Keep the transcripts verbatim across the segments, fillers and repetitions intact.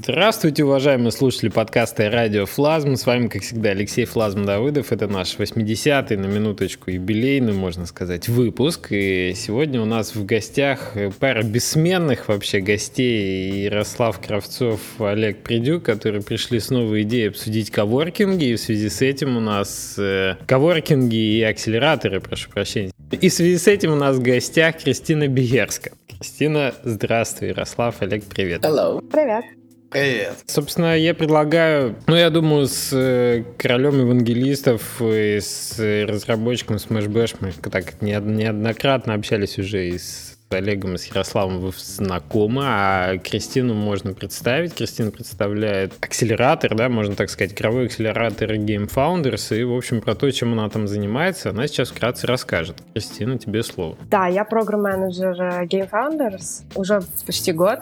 Здравствуйте, уважаемые слушатели подкаста «Радио Флазм». С вами, как всегда, Алексей Флазм Давыдов. Это наш восьмидесятый, на минуточку, юбилейный, можно сказать, выпуск. И сегодня у нас в гостях пара бессменных вообще гостей. Ярослав Кравцов, Олег Придюк, которые пришли с новой идеей обсудить коворкинги. И в связи с этим у нас э, коворкинги и акселераторы, прошу прощения. И в связи с этим у нас в гостях Кристина Биерска. Кристина, здравствуй. Ярослав, Олег, привет. Hello. Привет. Привет. Собственно, я предлагаю, ну, я думаю, с э, королем евангелистов и с разработчиком Smash Bash мы так неоднократно общались уже и с Олегом и с Ярославом вы знакомы, а Кристину можно представить. Кристина представляет акселератор, да, можно так сказать, игровой акселератор Game Founders, и, в общем, про то, чем она там занимается, она сейчас вкратце расскажет. Кристина, тебе слово. Да, я программ-менеджер Game Founders уже почти год.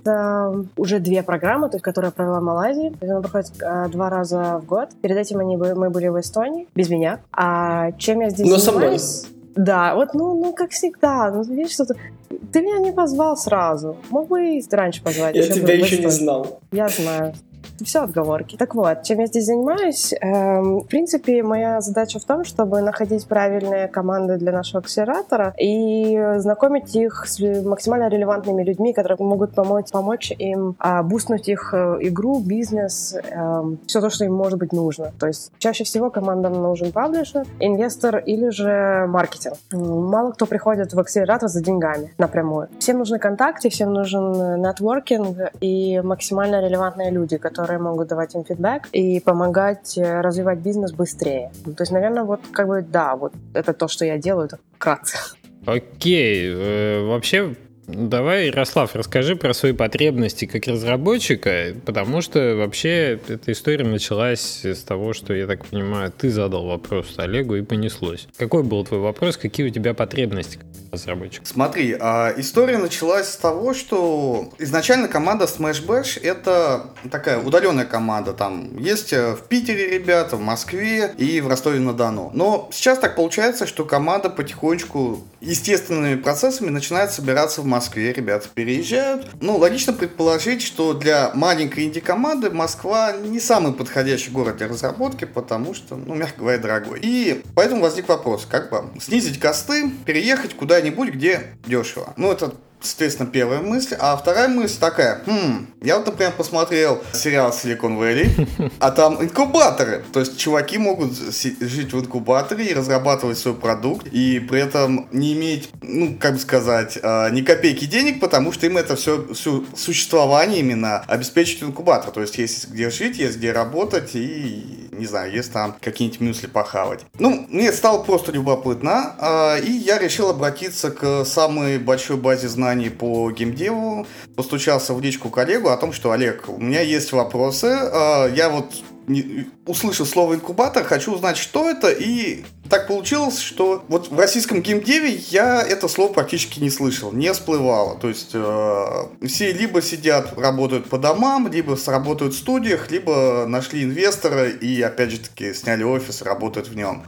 Это уже две программы, то есть, которые я провела в Малайзии. Она проходит а, два раза в год. Перед этим они, мы были в Эстонии, без меня. А чем я здесь Но занимаюсь? со мной. Да, вот, ну, ну, как всегда, ну, видишь, что-то... Ты меня не позвал сразу. Мог бы и раньше позвать. Я еще тебя еще быстрее. не знал. Я знаю. Все отговорки. Так вот, чем я здесь занимаюсь? Эм, в принципе, моя задача в том, чтобы находить правильные команды для нашего акселератора и знакомить их с максимально релевантными людьми, которые могут помочь, помочь им а, бустнуть их игру, бизнес, эм, все то, что им может быть нужно. То есть чаще всего командам нужен паблишер, инвестор или же маркетинг. Мало кто приходит в акселератор за деньгами напрямую. Всем нужны контакты, всем нужен нетворкинг и максимально релевантные люди, которые могут давать им фидбэк и помогать развивать бизнес быстрее. То есть, наверное, вот как бы, да, вот это то, что я делаю, так вкратце. Окей, э, вообще... Давай, Ярослав, расскажи про свои потребности как разработчика, потому что вообще эта история началась с того, что, я так понимаю, ты задал вопрос Олегу и понеслось. Какой был твой вопрос, какие у тебя потребности как разработчика? Смотри, а, история началась с того, что изначально команда Smash Bash — это такая удаленная команда. Там есть в Питере ребята, в Москве и в Ростове-на-Дону. Но сейчас так получается, что команда потихонечку естественными процессами начинает собираться в Москве. В Москве ребята переезжают. Ну, логично предположить, что для маленькой инди-команды Москва не самый подходящий город для разработки, потому что, ну, мягко говоря, дорогой. И поэтому возник вопрос, как бы снизить косты, переехать куда-нибудь, где дешево. Ну, это... Соответственно, первая мысль. А вторая мысль такая. Хм, я вот, например, посмотрел сериал Silicon Valley, а там инкубаторы. То есть чуваки могут жить в инкубаторе и разрабатывать свой продукт, и при этом не иметь, ну, как бы сказать, ни копейки денег, потому что им это все, все существование именно обеспечит инкубатор. То есть есть где жить, есть где работать, и, не знаю, есть там какие-нибудь мюсли похавать. Ну, мне стало просто любопытно, и я решил обратиться к самой большой базе знаний по геймдеву, постучался в личку коллегу о том, что: Олег, у меня есть вопросы, я вот услышал слово инкубатор, хочу узнать, что это, и так получилось, что вот в российском геймдеве я это слово практически не слышал, не всплывало. То есть э, все либо сидят, работают по домам, либо работают в студиях, либо нашли инвестора и, опять же таки, сняли офис, работают в нем.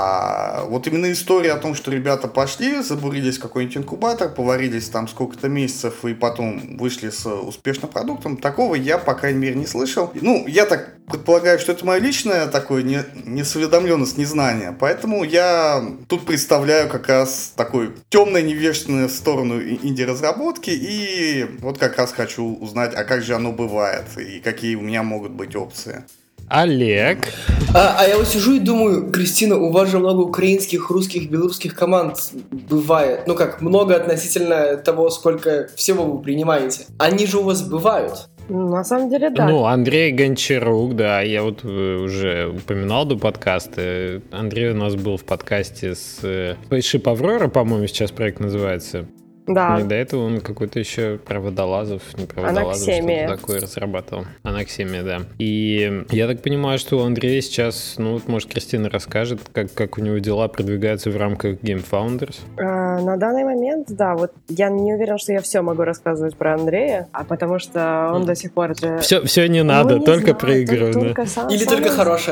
А вот именно история о том, что ребята пошли, забурились в какой-нибудь инкубатор, поварились там сколько-то месяцев и потом вышли с успешным продуктом, такого я, по крайней мере, не слышал. Ну, я так предполагаю, что это мое личное такое не, несоведомленность, незнание, поэтому я тут представляю как раз такую темную невежественную сторону инди-разработки, и вот как раз хочу узнать, а как же оно бывает, и какие у меня могут быть опции. Олег. А, а я вот сижу и думаю, Кристина, у вас же много украинских, русских, белорусских команд бывает. Ну как, много относительно того, сколько всего вы принимаете. Они же у вас бывают. На самом деле, да. Ну, Андрей Гончарук, да, я вот уже упоминал до подкаста. Андрей у нас был в подкасте с Spaceship Aurora, по-моему, сейчас проект называется. Да. И до этого он какой-то еще про водолазов, не про водолазов, Анаксемия. что-то такое разрабатывал. Анаксемия, да. И я так понимаю, что у Андрея сейчас, ну вот, может, Кристина расскажет, как, как у него дела продвигаются в рамках Game Founders. А, на данный момент, да, вот я не уверен, что я все могу рассказывать про Андрея, а потому что он mm. до сих пор же... Все, все не надо, ну, не только знаю, про игру. только, да. только сам, Или сам только он... хорошее.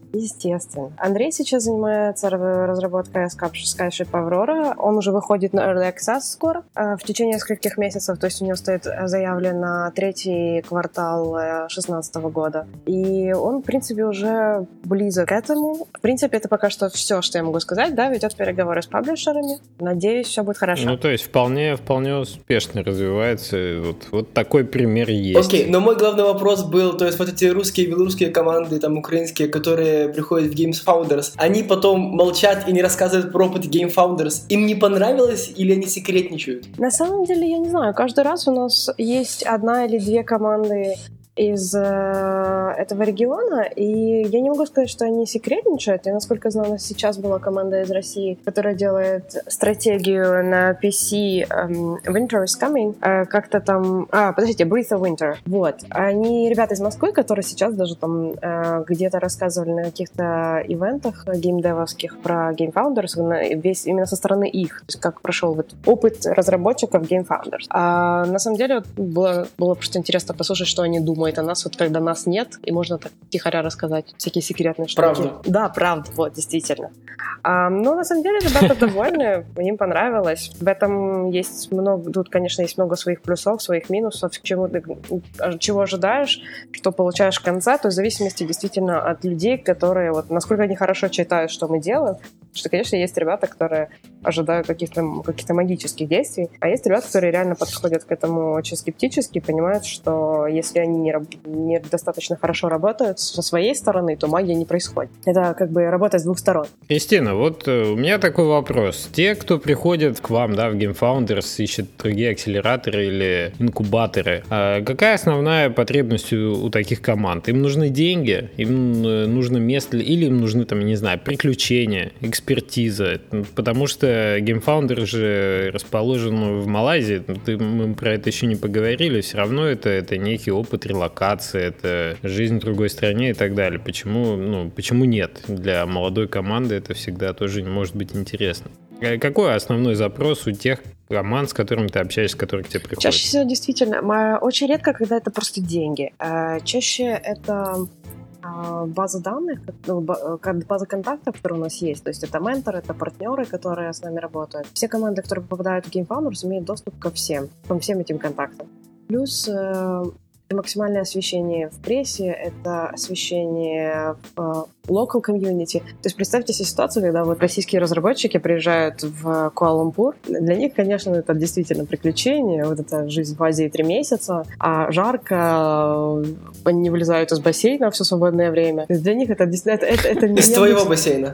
Естественно. Андрей сейчас занимается разработкой Skyship Aurora. Он уже выходит на Early Access скоро, в течение нескольких месяцев. То есть у него стоит заявлено третий квартал две тысячи шестнадцатого года. И он, в принципе, уже близок к этому. В принципе, это пока что все, что я могу сказать. Да, ведет переговоры с паблишерами. Надеюсь, все будет хорошо. Ну, то есть вполне, вполне успешно развивается. Вот, вот такой пример есть. Окей, okay, но мой главный вопрос был, то есть вот эти русские и белорусские команды, там, украинские, которые приходят в Games Founders, они потом молчат и не рассказывают про опыт Game Founders. Им не понравилось или они секретничают? На самом деле, я не знаю. Каждый раз у нас есть одна или две команды из э, этого региона, и я не могу сказать, что они секретничают. Я, насколько знаю, у нас сейчас была команда из России, которая делает стратегию на пи си эм, Winter is Coming. Э, как-то там... А, подождите, Breath of Winter. Вот. Они ребята из Москвы, которые сейчас даже там э, где-то рассказывали на каких-то ивентах геймдевовских про Game Founders, весь именно со стороны их, то есть как прошел вот опыт разработчиков Game Founders. А на самом деле было, было просто интересно послушать, что они думают о нас, вот когда нас нет, и можно так тихоря рассказать всякие секретные штуки. Правда. Да, правда, вот, действительно. А, но на самом деле ребята довольны, им понравилось. В этом есть много, тут, конечно, есть много своих плюсов, своих минусов, чему ты, чего ожидаешь, что получаешь в конце, то в зависимости действительно от людей, которые, вот, насколько они хорошо читают, что мы делаем, что, конечно, есть ребята, которые ожидают каких-то, каких-то магических действий, а есть ребята, которые реально подходят к этому очень скептически, понимают, что если они не, не достаточно хорошо работают со своей стороны, то магия не происходит. Это как бы работа с двух сторон. Кристина, вот у меня такой вопрос. Те, кто приходит к вам, да, в Game Founders, ищет другие акселераторы или инкубаторы, какая основная потребность у, у таких команд? Им нужны деньги, им нужно место, или им нужны, там, я не знаю, приключения, экспертиза? Потому что Game Founders же расположен в Малайзии, мы про это еще не поговорили, все равно это, это некий опыт релокации, это жизнь в другой стране и так далее. Почему, ну, почему нет? Для молодой команды это всегда тоже может быть интересно. Какой основной запрос у тех команд, с которыми ты общаешься, с которыми к тебе приходят? Чаще всего, действительно, очень редко, когда это просто деньги. Чаще это база данных, база контактов, которые у нас есть. То есть это менторы, это партнеры, которые с нами работают. Все команды, которые попадают в Game Founders, имеют доступ ко всем, ко всем этим контактам. Плюс это максимальное освещение в прессе, это освещение в local community. То есть представьте себе ситуацию, когда вот российские разработчики приезжают в Куала-Лумпур. Для них, конечно, это действительно приключение. Вот эта жизнь в Азии три месяца, а жарко, они не вылезают из бассейна все свободное время. То есть для них это действительно... Это, это, это из твоего бассейна?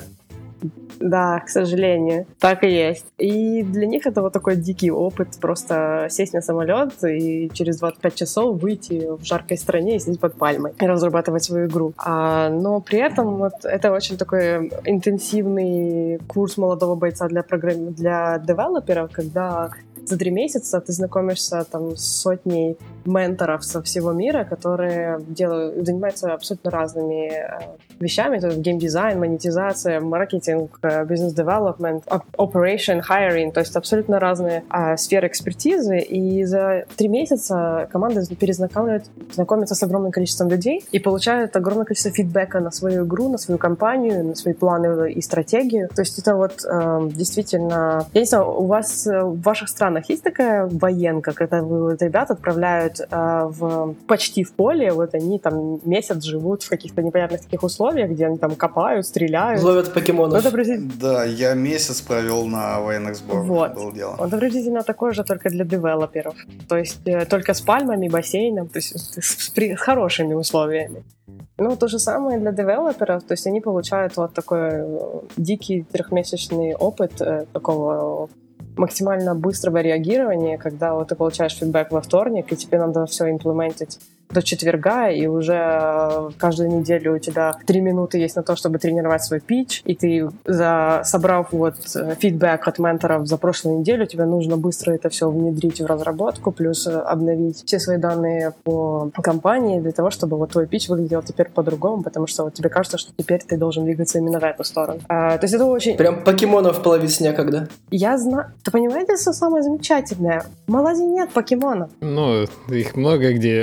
Да, к сожалению, так и есть. И для них это вот такой дикий опыт, просто сесть на самолет и через двадцать пять часов выйти в жаркой стране и сидеть под пальмой и разрабатывать свою игру. А, но при этом вот это очень такой интенсивный курс молодого бойца для, программ... для девелоперов, когда за три месяца ты знакомишься там с сотней менторов со всего мира, которые делают, занимаются абсолютно разными э, вещами. Это геймдизайн, монетизация, маркетинг, бизнес-девелопмент, operation, hiring, то есть абсолютно разные э, сферы экспертизы. И за три месяца команда перезнакомляет, знакомится с огромным количеством людей и получает огромное количество фидбэка на свою игру, на свою компанию, на свои планы и стратегию. То есть это вот э, действительно... Я не знаю, у вас в ваших странах есть такая военка, когда вы, вот, ребят отправляют э, в, почти в поле, вот они там месяц живут в каких-то непонятных таких условиях, где они там копают, стреляют. Ловят покемонов. Ну, приблизительно... Да, я месяц провел на военных сборах. Вот. Было дело. Он приблизительно такой же, только для девелоперов. То есть э, только с пальмами, бассейном, то есть с, с, с хорошими условиями. Ну, то же самое для девелоперов, то есть они получают вот такой дикий трехмесячный опыт э, такого максимально быстрого реагирования, когда вот ты получаешь фидбэк во вторник, и тебе надо все имплементить до четверга, и уже каждую неделю у тебя три минуты есть на то, чтобы тренировать свой питч, и ты, за, собрав вот фидбэк от менторов за прошлую неделю, тебе нужно быстро это все внедрить в разработку, плюс обновить все свои данные по компании для того, чтобы вот твой питч выглядел теперь по-другому, потому что вот тебе кажется, что теперь ты должен двигаться именно в эту сторону. А, то есть это очень... Прям покемонов половить некогда. Я знаю... Ты понимаете, что самое замечательное? В Малайзии нет покемонов. Ну, их много где. В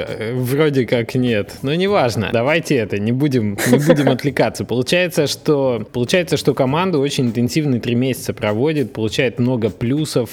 вроде как нет. Но неважно. Давайте это, не будем, не будем отвлекаться. Получается, что, получается, что команда очень интенсивно три месяца проводит, получает много плюсов.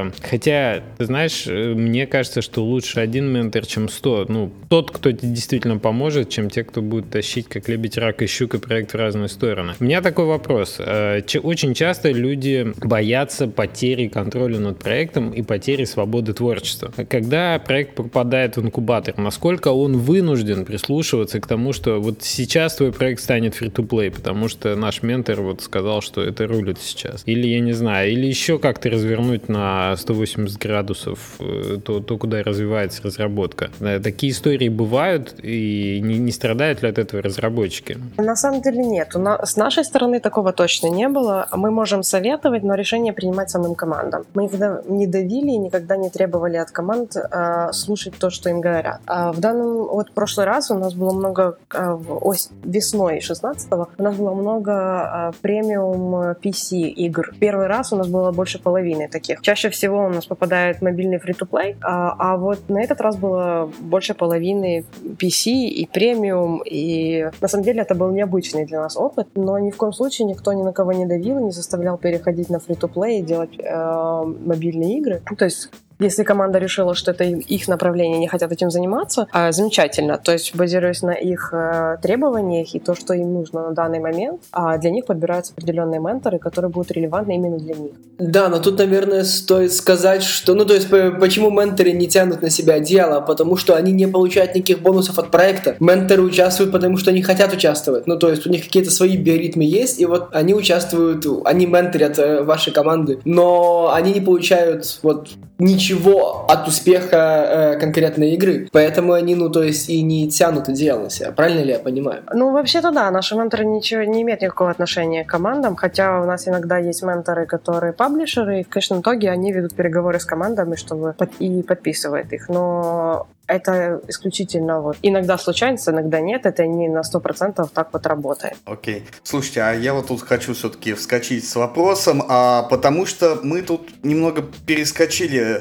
Хотя, ты знаешь, мне кажется, что лучше один ментор, чем сто. Ну, тот, кто тебе действительно поможет, чем те, кто будет тащить как лебедь, рак и щука проект в разные стороны. У меня такой вопрос. Очень часто люди боятся потери контроля над проектом и потери свободы творчества. Когда проект попадает в инкубатор, насколько он вынужден прислушиваться к тому, что вот сейчас твой проект станет фри-то-плей, потому что наш ментор вот сказал, что это рулит сейчас. Или, я не знаю, или еще как-то развернуть на сто восемьдесят градусов то, то куда развивается разработка. Такие истории бывают, и не, не страдают ли от этого разработчики? На самом деле нет. У нас, с нашей стороны такого точно не было. Мы можем советовать, но решение принимать самим командам. Мы никогда не давили и никогда не требовали от команд э, слушать то, что им говорят. А в данном, вот в прошлый раз у нас было много, э, ось, весной шестнадцатого у нас было много э, премиум пи си игр. Первый раз у нас было больше половины таких. Чаще всего у нас попадает мобильный фри-то-плей, а, а вот на этот раз было больше половины пи си и премиум, и на самом деле это был необычный для нас опыт, но ни в коем случае никто ни на кого не давил, не заставлял переходить на фри-то-плей и делать э, мобильные игры. То есть если команда решила, что это их направление, не хотят этим заниматься, а, замечательно. То есть, базируясь на их а, требованиях и то, что им нужно на данный момент, а для них подбираются определенные менторы, которые будут релевантны именно для них. Да, но тут, наверное, стоит сказать, что... Ну, то есть, почему менторы не тянут на себя дело? Потому что они не получают никаких бонусов от проекта. Менторы участвуют, потому что они хотят участвовать. Ну, то есть, у них какие-то свои биоритмы есть, и вот они участвуют, они менторят вашей команды, но они не получают вот ничего ничего от успеха э, конкретной игры, поэтому они, ну, то есть и не тянут дело на себя, правильно ли я понимаю? Ну, вообще-то да, наши менторы ничего не имеют никакого отношения к командам, хотя у нас иногда есть менторы, которые паблишеры, и в конечном итоге они ведут переговоры с командами, чтобы под... и подписывают их, но это исключительно вот иногда случается, иногда нет, это не на сто процентов так вот работает. Окей. Слушайте, а я вот тут хочу все-таки вскочить с вопросом, а, потому что мы тут немного перескочили.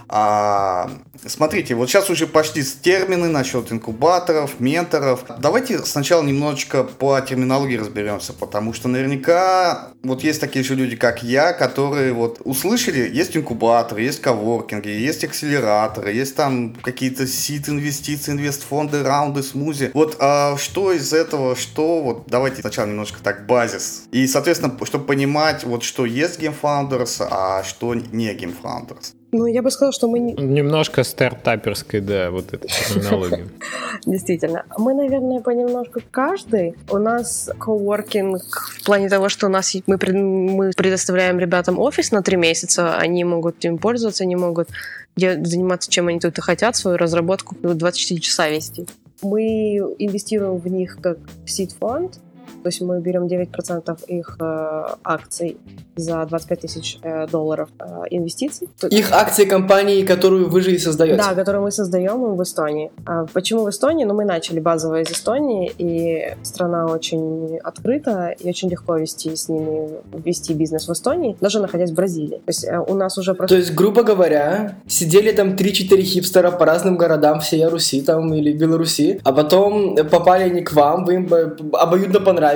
А, смотрите, вот сейчас уже пошли термины насчет инкубаторов, менторов. Давайте сначала немножечко по терминологии разберемся, потому что наверняка вот есть такие же люди, как я, которые вот услышали, есть инкубаторы, есть коворкинги, есть акселераторы, есть там какие-то сид инвестиции, инвестфонды, раунды, смузи. Вот а что из этого, что вот давайте сначала немножко так базис. И, соответственно, чтобы понимать, вот что есть Game Founders, а что не Game Founders. Ну, я бы сказала, что мы... Не... Немножко стартаперской, да, вот этой терминологии. Действительно. Мы, наверное, понемножку каждый. У нас коворкинг в плане того, что у нас мы, пред... мы предоставляем ребятам офис на три месяца, они могут им пользоваться, они могут заниматься чем они тут и хотят, свою разработку двадцать четыре часа вести. Мы инвестируем в них как сид-фонд, то есть мы берем девять процентов их э, акций за двадцать пять тысяч э, долларов э, инвестиций. Их акции компании, которую вы же и создаете. Да, которую мы создаем в Эстонии. А почему в Эстонии? Ну, мы начали базово из Эстонии, и страна очень открыта, и очень легко вести с ними, вести бизнес в Эстонии, даже находясь в Бразилии. То есть э, у нас уже просто... То есть, грубо говоря, сидели там три-четыре хипстера по разным городам всей Руси там или Беларуси, а потом попали они к вам, вы им обоюдно понравились,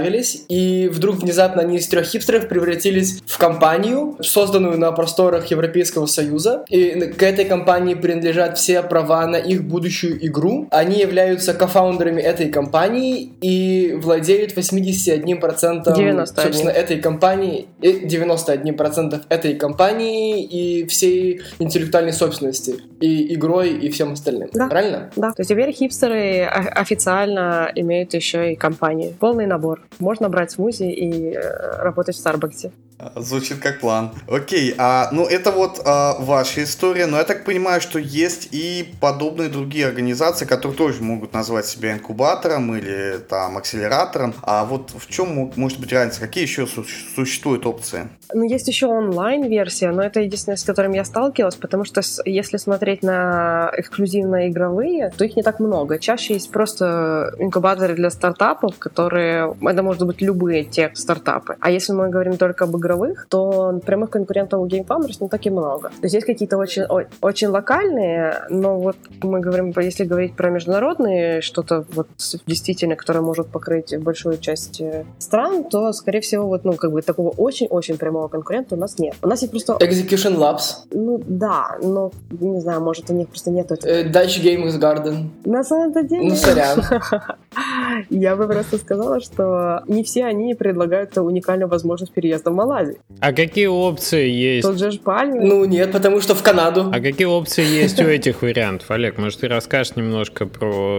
и вдруг внезапно они из трех хипстеров превратились в компанию, созданную на просторах Европейского Союза, и к этой компании принадлежат все права на их будущую игру. Они являются кофаундерами этой компании и владеют восемьдесят один процент собственно, этой компании, девяносто один процент этой компании и всей интеллектуальной собственности, и игрой, и всем остальным. Да. Правильно? Да. То есть теперь хипстеры официально имеют еще и компанию. Полный набор. Можно брать смузи и э, работать в Старбаксе. Звучит как план. Окей, а, ну это вот а, ваша история, но я так понимаю, что есть и подобные другие организации, которые тоже могут назвать себя инкубатором или там акселератором. А вот в чем может быть разница? Какие еще су- существуют опции? Ну, есть еще онлайн-версия, но это единственное, с которым я сталкивалась, потому что если смотреть на эксклюзивно игровые, то их не так много. Чаще есть просто инкубаторы для стартапов, которые... Это может быть любые тех стартапы. А если мы говорим только об игровых, то прямых конкурентов у Game Founders не так и много. То есть есть какие-то очень, очень локальные, но вот мы говорим, если говорить про международные, что-то вот действительно, которое может покрыть большую часть стран, то, скорее всего, вот, ну, как бы такого очень-очень прямого конкурента у нас нет. У нас есть просто... Execution Labs. Ну, да, но, не знаю, может, у них просто нет... Dutch Games Garden. На самом-то деле... Ну, сорян. Я бы просто сказала, что не все они предлагают уникальную возможность переезда в Малайзию. А какие опции есть? Тут же Пальме. Ну, нет, потому что в Канаду. А какие опции есть у этих вариантов? Олег, может, ты расскажешь немножко про...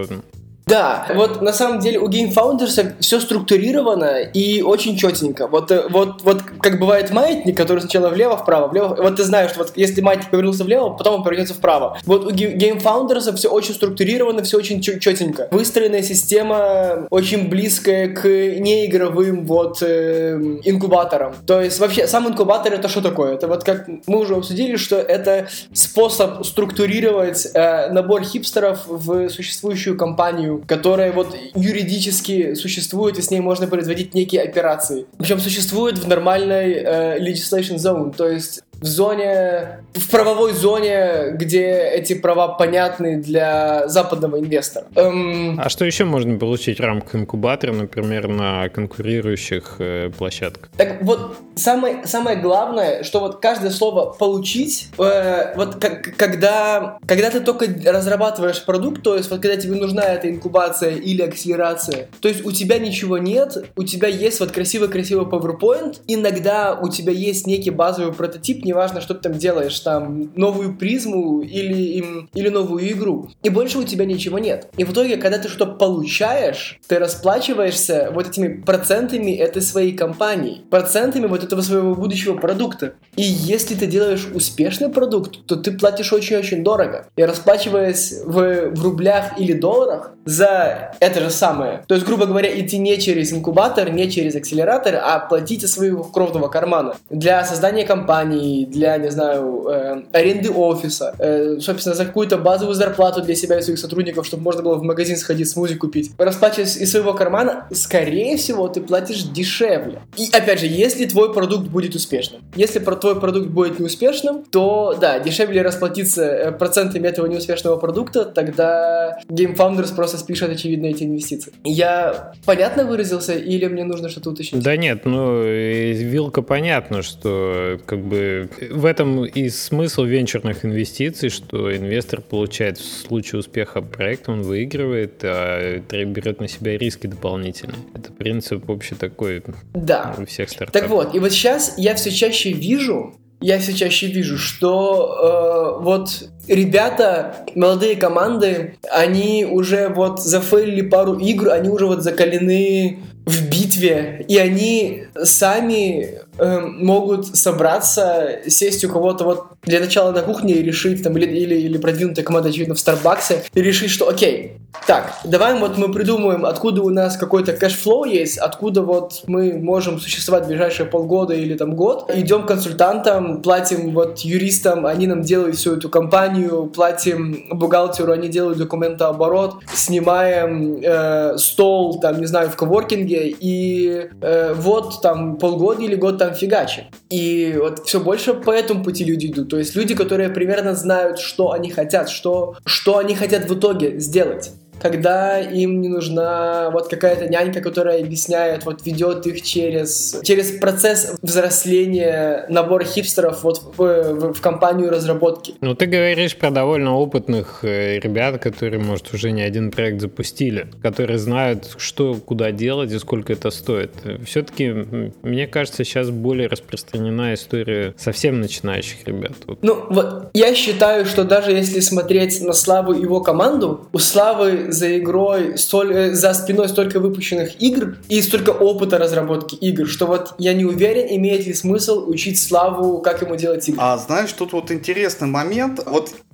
Да, вот на самом деле у Game Founders все структурировано и очень четенько. Вот, вот, вот как бывает маятник, который сначала влево-вправо, влево. Вот ты знаешь, что вот если маятник повернулся влево, потом он повернется вправо. Вот у Game Founders все очень структурировано, все очень четенько. Выстроенная система очень близкая к неигровым вот э, инкубаторам. То есть вообще сам инкубатор это что такое? Это вот как мы уже обсудили, что это способ структурировать э, набор хипстеров в существующую компанию, которая вот юридически существует, и с ней можно производить некие операции. Причем существует в нормальной э, legislation zone, то есть в зоне, в правовой зоне, где эти права понятны для западного инвестора. Эм... А что еще можно получить в рамках инкубатора, например, на конкурирующих э, площадках? Так вот, самое, самое главное, что вот каждое слово «получить», э, вот как, когда, когда ты только разрабатываешь продукт, то есть вот когда тебе нужна эта инкубация или акселерация, то есть у тебя ничего нет, у тебя есть вот красивый-красивый PowerPoint, иногда у тебя есть некий базовый прототип, неважно, что ты там делаешь, там, новую призму или, или новую игру. И больше у тебя ничего нет. И в итоге, когда ты что-то получаешь, ты расплачиваешься вот этими процентами этой своей компании, процентами вот этого своего будущего продукта. И если ты делаешь успешный продукт, то ты платишь очень-очень дорого. И расплачиваясь в, в рублях или долларах за это же самое. То есть, грубо говоря, идти не через инкубатор, не через акселератор, а платить из своего кровного кармана. Для создания компании, для, не знаю, э, аренды офиса, э, собственно, за какую-то базовую зарплату для себя и своих сотрудников, чтобы можно было в магазин сходить, смузи купить. Расплачиваясь из своего кармана, скорее всего, ты платишь дешевле. И, опять же, если твой продукт будет успешным. Если твой продукт будет неуспешным, то, да, дешевле расплатиться процентами этого неуспешного продукта, тогда Game Founders просто спишет, очевидно, эти инвестиции. Я понятно выразился или мне нужно что-то уточнить? Да нет, ну, вилка понятно, что как бы в этом и смысл венчурных инвестиций, что инвестор получает в случае успеха проекта, он выигрывает, а берет на себя риски дополнительные. Это принцип общий такой да. у всех стартапов. Так вот, и вот сейчас я все чаще вижу, я все чаще вижу, что э, вот ребята, молодые команды, они уже вот зафейлили пару игр, они уже вот закалены в битве, и они сами э, могут собраться, сесть у кого-то вот для начала на кухне и решить, там, или, или, или продвинутая команда, очевидно, в Старбаксе, и решить, что окей, так, давай вот мы придумаем, откуда у нас какой-то кэшфлоу есть, откуда вот мы можем существовать в ближайшие полгода или там год, идем к консультантам, платим вот юристам, они нам делают всю эту компанию, платим бухгалтеру, они делают документооборот, снимаем э, стол, там, не знаю, в коворкинге, и э, вот там полгода или год там фигачим. И вот все больше по этому пути люди идут. То есть люди, которые примерно знают, что они хотят, что, что они хотят в итоге сделать. Когда им не нужна вот какая-то нянька, которая объясняет, вот ведет их через, через процесс взросления набора хипстеров вот в, в, в компанию разработки. Ну, ты говоришь про довольно опытных ребят, которые, может, уже не один проект запустили, которые знают, что, куда делать и сколько это стоит. Все-таки, мне кажется, сейчас более распространена история совсем начинающих ребят. Ну, вот, я считаю, что даже если смотреть на Славу и его команду, у Славы за игрой, столь, за спиной столько выпущенных игр и столько опыта разработки игр, что вот я не уверен, имеет ли смысл учить Славу, как ему делать игры. А знаешь, тут вот интересный момент. Вот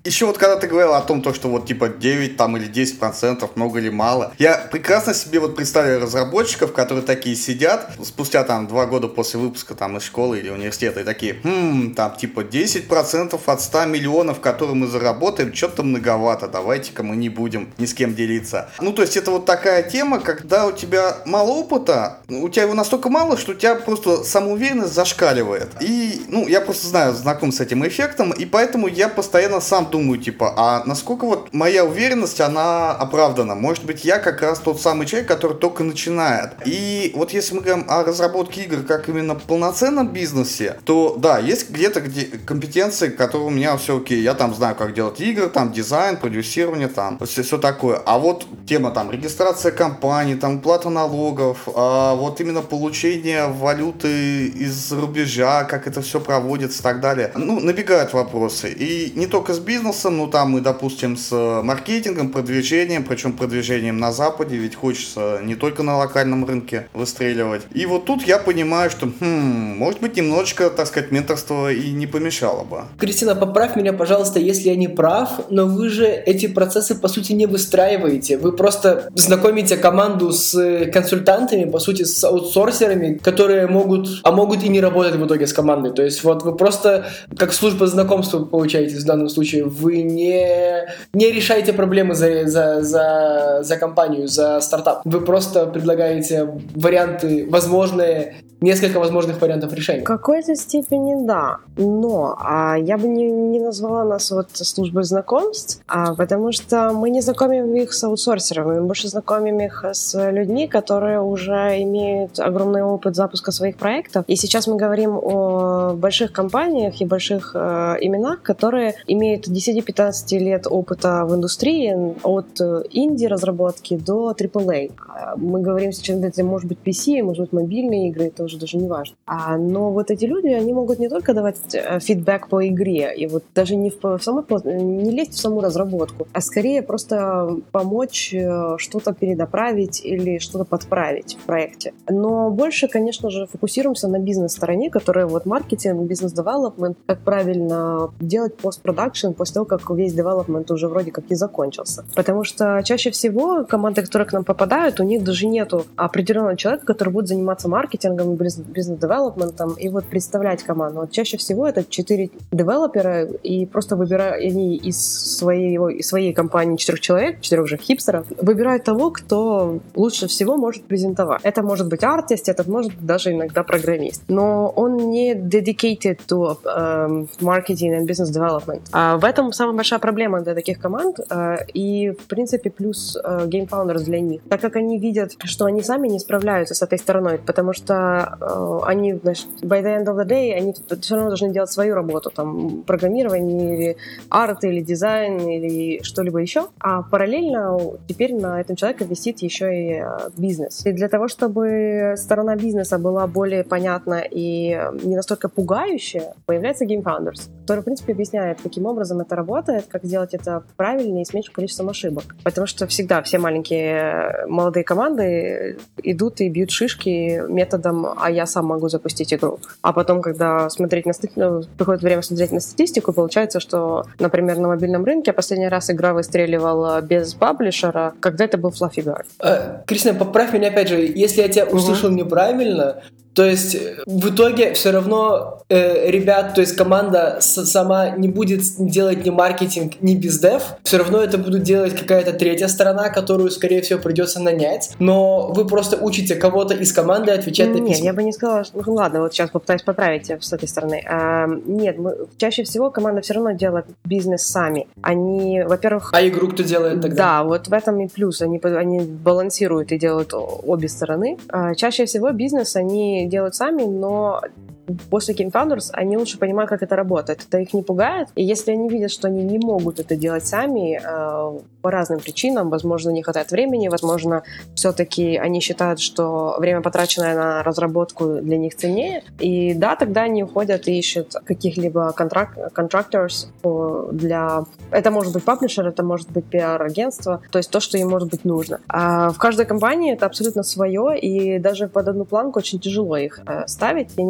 Еще вот когда ты говорил о том, то, что вот типа девять там, или десять процентов, много или мало, я прекрасно себе вот представляю разработчиков, которые такие сидят спустя там два года после выпуска там из школы или университета и такие, хм, там типа десять процентов от ста миллионов, которые мы заработаем, что-то многовато, давайте-ка мы не будем ни с кем делиться. Ну, то есть это вот такая тема, когда у тебя мало опыта, у тебя его настолько мало, что у тебя просто самоуверенность зашкаливает. И, ну, я просто знаю, знаком с этим эффектом, и поэтому я постоянно сам думаю, типа, а насколько вот моя уверенность, она оправдана? Может быть, я как раз тот самый человек, который только начинает. И вот если мы говорим о разработке игр как именно полноценном бизнесе, то да, есть где-то где компетенции, которые у меня все окей. Я там знаю, как делать игры, там дизайн, продюсирование, там все, все такое. А вот тема там регистрация компаний, там уплата налогов, а вот именно получение валюты из рубежа, как это все проводится и так далее. Ну, набегают вопросы. И не только с бизнесом, но там и, допустим, с маркетингом, продвижением, причем продвижением на Западе, ведь хочется не только на локальном рынке выстреливать. И вот тут я понимаю, что, хм, может быть, немножечко, так сказать, менторство и не помешало бы. Кристина, поправь меня, пожалуйста, если я не прав, но вы же эти процессы, по сути, не выстраиваете. Вы просто знакомите команду с консультантами, по сути, с аутсорсерами, которые могут, а могут и не работать в итоге с командой. То есть вот вы просто как служба знакомства получаетесь в данном случае. Вы не, не решаете проблемы за, за, за, за компанию, за стартап. Вы просто предлагаете варианты, возможные, несколько возможных вариантов решения. В какой-то степени да, но а, я бы не, не назвала нас вот службой знакомств, а, потому что мы не знакомим их с аутсорсерами, мы больше знакомим их с людьми, которые уже имеют огромный опыт запуска своих проектов. И сейчас мы говорим о больших компаниях и больших э, именах, которые имеют десять-пятнадцать лет опыта в индустрии, от инди-разработки до трипл эй. Мы говорим сейчас, это может быть пи си, может быть мобильные игры, это уже даже не важно. А, но вот эти люди, они могут не только давать фидбэк по игре, и вот даже не, в, в самой, не лезть в саму разработку, а скорее просто помочь что-то перенаправить или что-то подправить в проекте. Но больше, конечно же, фокусируемся на бизнес-стороне, которая вот маркетинг, бизнес-девелопмент, как правильно делать постпродакшн после того, как весь девелопмент уже вроде как и закончился. Потому что чаще всего команды, которые к нам попадают, у них даже нету определенного человека, который будет заниматься маркетингом, бизнес-девелопментом и вот представлять команду. Вот чаще всего это четыре девелопера, и просто выбирают они из своей, из своей компании четырех человек, четырех же хипстеров, выбирают того, кто лучше всего может презентовать. Это может быть артист, это может быть даже иногда программист. Но он не dedicated to um, marketing and business development. А в этом самая большая проблема для таких команд, uh, и, в принципе, плюс uh, game founders для них. Так как они видят, что они сами не справляются с этой стороной, потому что uh, они, значит, by the end of the day, они все равно должны делать свою работу, там, программирование или арт, или дизайн, или что-либо еще. А параллельно теперь на этом человеке висит еще и uh, бизнес. И для того, чтобы сторона бизнеса была более понятна и не настолько пугающая, появляется Game Founders, который, в принципе, объясняет, каким образом это работает, как сделать это правильно и с меньшим количеством ошибок. Потому что всегда все маленькие молодые команды идут и бьют шишки методом «а я сам могу запустить игру». А потом, когда смотреть на стати... ну, приходит время смотреть на статистику, получается, что, например, на мобильном рынке последний раз игра выстреливала без паблишера, когда это был Fluffy Guard. А, Кристина, поправь меня опять же, если я тебя услышал угу. неправильно, то есть в итоге все равно э, ребят, то есть команда с- сама не будет делать ни маркетинг, ни бездев, все равно это будут делать какая-то третья сторона, которую, скорее всего, придется нанять, но вы просто учите кого-то из команды отвечать на письма. Нет, я бы не сказала, что... Ну ладно, вот сейчас попытаюсь поправить с этой стороны. А, нет, мы... чаще всего команда все равно делает бизнес сами. Они, во-первых... А игру кто делает тогда? Да, вот в этом и плюс. Они, они балансируют и делают обе стороны. А, чаще всего бизнес они делают сами, но после Game Founders они лучше понимают, как это работает. Это их не пугает. И если они видят, что они не могут это делать сами э, по разным причинам, возможно, не хватает времени, возможно, все-таки они считают, что время, потраченное на разработку, для них ценнее. И да, тогда они уходят и ищут каких-либо контракт, contractors для... Это может быть паблишер, это может быть пиар-агентство, то есть то, что им может быть нужно. А в каждой компании это абсолютно свое, и даже под одну планку очень тяжело их э, ставить. Я не могу сказать,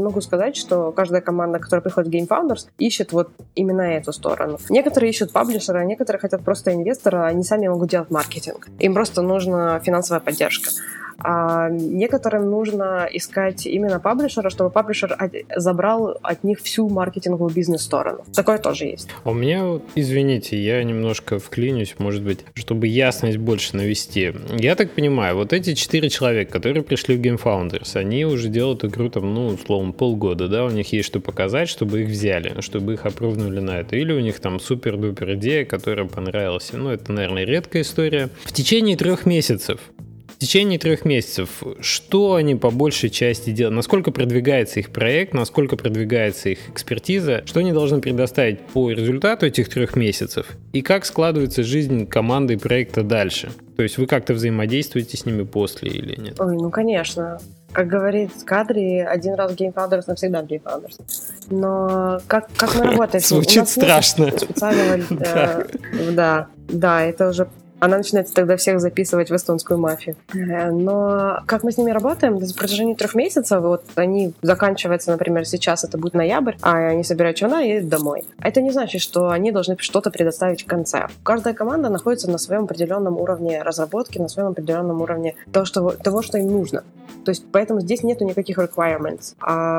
сказать, что каждая команда, которая приходит в Game Founders, ищет вот именно эту сторону. Некоторые ищут паблишера, а некоторые хотят просто инвестора, они сами могут делать маркетинг. Им просто нужна финансовая поддержка. А некоторым нужно искать именно паблишера, чтобы паблишер от, забрал от них всю маркетинговую бизнес-сторону. Такое тоже есть. А у меня, извините, я немножко вклинюсь, может быть, чтобы ясность больше навести. Я так понимаю, вот эти четыре человека, которые пришли в Game Founders, они уже делают игру там, ну, условно, полгода, да, у них есть что показать, чтобы их взяли, чтобы их опровнули на это. Или у них там супер-дупер идея, которая понравилась. Ну, это, наверное, редкая история. В течение трех месяцев В течение трех месяцев, что они по большей части делают, насколько продвигается их проект, насколько продвигается их экспертиза, что они должны предоставить по результату этих трех месяцев, и как складывается жизнь команды и проекта дальше? То есть вы как-то взаимодействуете с ними после или нет? Ой, ну конечно. Как говорит Кадри, один раз в Game Founders, навсегда в Game Founders. Но как, как мы работаем? Звучит страшно. Специального, э, да, да, это уже... Она начинает тогда всех записывать в эстонскую мафию. Но как мы с ними работаем? В протяжении трех месяцев, вот они заканчиваются, например, сейчас это будет ноябрь, а они собирают чемодан и едут домой. Это не значит, что они должны что-то предоставить в конце. Каждая команда находится на своем определенном уровне разработки, на своем определенном уровне того, что, того, что им нужно. То есть поэтому здесь нету никаких requirements.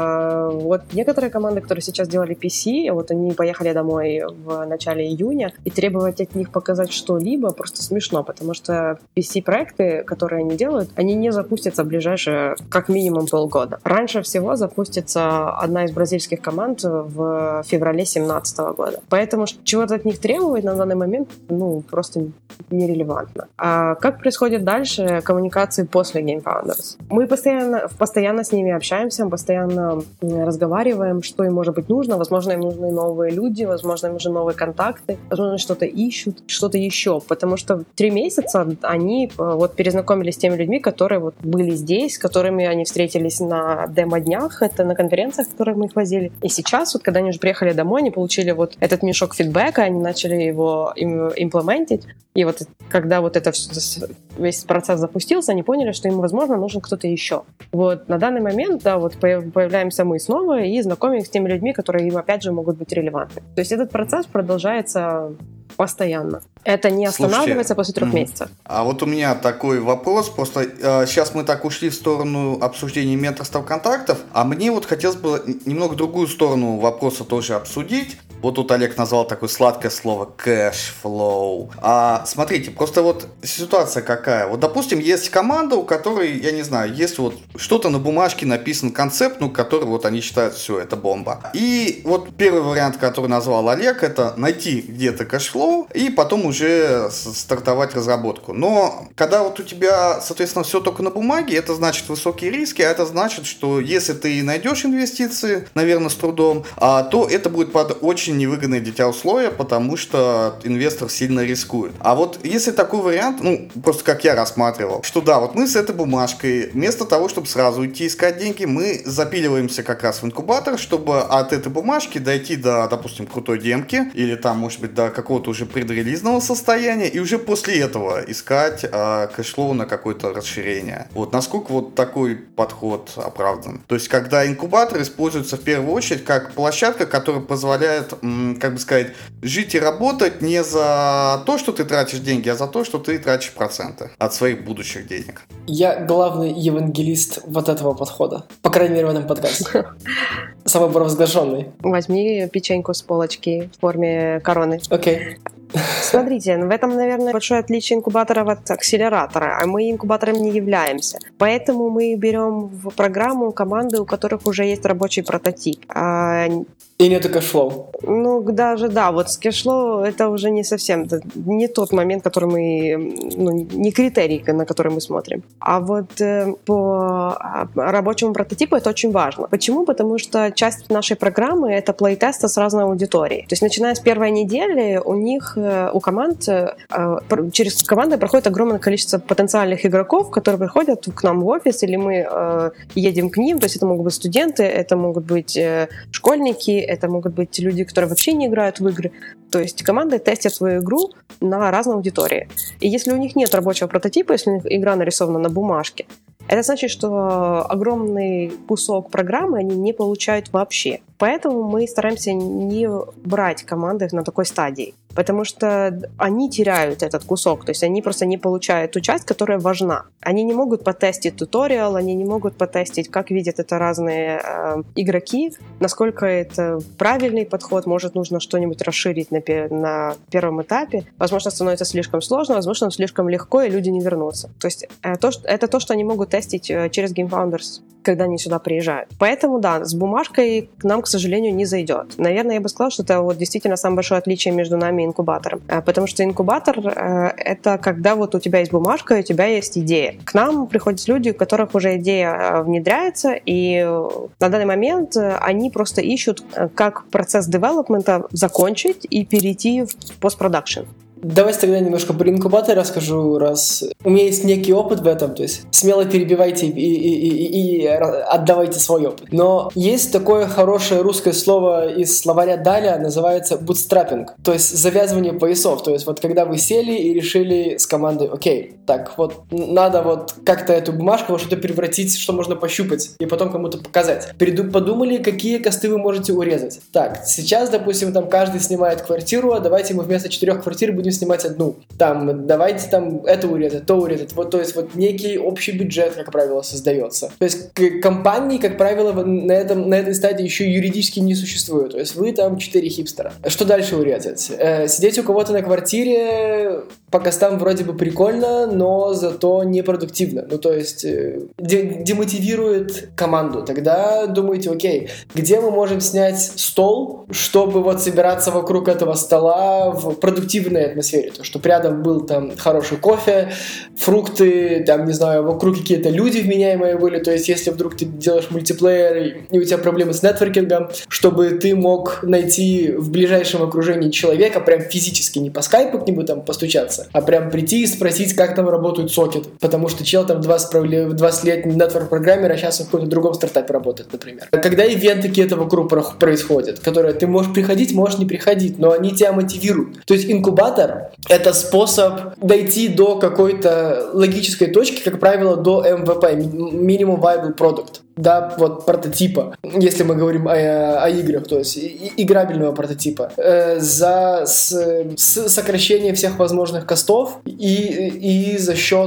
А вот некоторые команды, которые сейчас делали пи си, вот они поехали домой в начале июня, и требовать от них показать что-либо просто смешно, потому что пи си-проекты, которые они делают, они не запустятся в ближайшие как минимум полгода. Раньше всего запустится одна из бразильских команд в феврале две тысячи семнадцатого года. Поэтому чего-то от них требовать на данный момент, ну, просто нерелевантно. А как происходит дальше коммуникации после Game Founders? Мы постоянно, постоянно с ними общаемся, постоянно разговариваем, что им может быть нужно. Возможно, им нужны новые люди, возможно, им нужны новые контакты, возможно, что-то ищут, что-то еще, потому что три месяца они вот перезнакомились с теми людьми, которые вот были здесь, с которыми они встретились на демо-днях, это на конференциях, в которых мы их возили. И сейчас, вот когда они уже приехали домой, они получили вот этот мешок фидбэка, они начали его имплементить, и вот когда вот это все, весь процесс запустился, они поняли, что им, возможно, нужен кто-то еще. Вот на данный момент, да, вот появляемся мы снова и знакомим их с теми людьми, которые им, опять же, могут быть релевантны. То есть этот процесс продолжается постоянно. Это не останавливается. Слушайте, после трех mm-hmm. месяцев. А вот у меня такой вопрос. Просто э, сейчас мы так ушли в сторону обсуждения менторства контактов, а мне вот хотелось бы немного другую сторону вопроса тоже обсудить. Вот тут Олег назвал такое сладкое слово кэшфлоу. А смотрите, просто вот ситуация какая. Вот, допустим, есть команда, у которой, я не знаю, есть вот что-то на бумажке написан концепт, ну, который вот они считают, все, это бомба. И вот первый вариант, который назвал Олег, это найти где-то кэшфлоу и потом уже стартовать разработку. Но когда вот у тебя, соответственно, все только на бумаге, это значит высокие риски, а это значит, что если ты найдешь инвестиции, наверное, с трудом, то это будет под очень невыгодные для тебя условия, потому что инвестор сильно рискует. А вот если такой вариант, ну, просто как я рассматривал, что да, вот мы с этой бумажкой, вместо того, чтобы сразу идти искать деньги, мы запиливаемся как раз в инкубатор, чтобы от этой бумажки дойти до, допустим, крутой демки, или там, может быть, до какого-то уже предрелизного состояния, и уже после этого искать э, кэшфлоу на какое-то расширение. Вот насколько вот такой подход оправдан? То есть, когда инкубатор используется в первую очередь как площадка, которая позволяет, м, как бы сказать, жить и работать не за то, что ты тратишь деньги, а за то, что ты тратишь проценты от своих будущих денег. Я главный евангелист вот этого подхода. По крайней мере, в этом подкасте. Самый провозглашенный. Возьми печеньку с полочки в форме короны. Окей. Okay. Смотрите, в этом, наверное, большое отличие инкубаторов от акселератора, а мы инкубатором не являемся. Поэтому мы берем в программу команды, у которых уже есть рабочий прототип. А... И нету кэшфлоу. Ну, даже, да, вот с кэшфлоу это уже не совсем, не тот момент, который мы, ну, не критерий, на который мы смотрим. А вот э, по рабочему прототипу это очень важно. Почему? Потому что часть нашей программы — это плейтесты с разной аудиторией. То есть, начиная с первой недели, у них, у команд, э, через команды проходит огромное количество потенциальных игроков, которые приходят к нам в офис, или мы э, едем к ним. То есть, это могут быть студенты, это могут быть э, школьники, это могут быть люди, которые вообще не играют в игры. То есть команды тестят свою игру на разной аудитории. И если у них нет рабочего прототипа, если у них игра нарисована на бумажке, это значит, что огромный кусок программы они не получают вообще. Поэтому мы стараемся не брать команды на такой стадии, потому что они теряют этот кусок, то есть они просто не получают ту часть, которая важна. Они не могут потестить туториал, они не могут потестить, как видят это разные э, игроки, насколько это правильный подход, может, нужно что-нибудь расширить на, на первом этапе. Возможно, становится слишком сложно, возможно, слишком легко, и люди не вернутся. То есть э, то, что, это то, что они могут тестить э, через Game Founders, когда они сюда приезжают. Поэтому, да, с бумажкой к нам, к сожалению, не зайдет. Наверное, я бы сказала, что это вот действительно самое большое отличие между нами и инкубатором. Потому что инкубатор э, — это когда вот у тебя есть бумажка, и у тебя есть идея. К нам приходят люди, у которых уже идея внедряется, и на данный момент они просто ищут, как процесс девелопмента закончить и перейти в постпродакшн. Давайте тогда немножко про инкубатор расскажу, раз у меня есть некий опыт в этом, то есть смело перебивайте и, и, и, и отдавайте свой опыт. Но есть такое хорошее русское слово из словаря Даля, называется бутстраппинг, то есть завязывание поясов. То есть вот когда вы сели и решили с командой, окей, так вот надо вот как-то эту бумажку во что-то превратить, что можно пощупать и потом кому-то показать. Переду, подумали, какие косты вы можете урезать. Так, сейчас, допустим, там каждый снимает квартиру, а давайте мы вместо четырех квартир будем снимать одну. Там, давайте там это урезать, то урезать. Вот, то есть вот некий общий бюджет, как правило, создается. То есть к- компании, как правило, на, этом, на этой стадии еще юридически не существует. То есть вы там четыре хипстера. Что дальше урезать? Э, сидеть у кого-то на квартире по костам вроде бы прикольно, но зато непродуктивно. Ну, то есть э, де- демотивирует команду. Тогда думаете, окей, где мы можем снять стол, чтобы вот собираться вокруг этого стола в продуктивной атмосфере? То, что рядом был там хороший кофе, фрукты, там, не знаю, вокруг какие-то люди вменяемые были. То есть, если вдруг ты делаешь мультиплеер и у тебя проблемы с нетворкингом, чтобы ты мог найти в ближайшем окружении человека, прям физически, не по скайпу к нему там постучаться, а прям прийти и спросить, как там работают сокеты. Потому что чел там двадцать лет нетворк-программер, а сейчас в каком-то другом стартапе работает, например. Когда ивенты какие-то вокруг происходят, которые ты можешь приходить, можешь не приходить, но они тебя мотивируют. То есть, инкубатор — это способ дойти до какой-то логической точки, как правило, до эм ви пи, Minimum Viable Product. Да, вот прототипа, если мы говорим о, о играх, то есть и, играбельного прототипа, э, за с, с сокращением всех возможных костов и, и за счет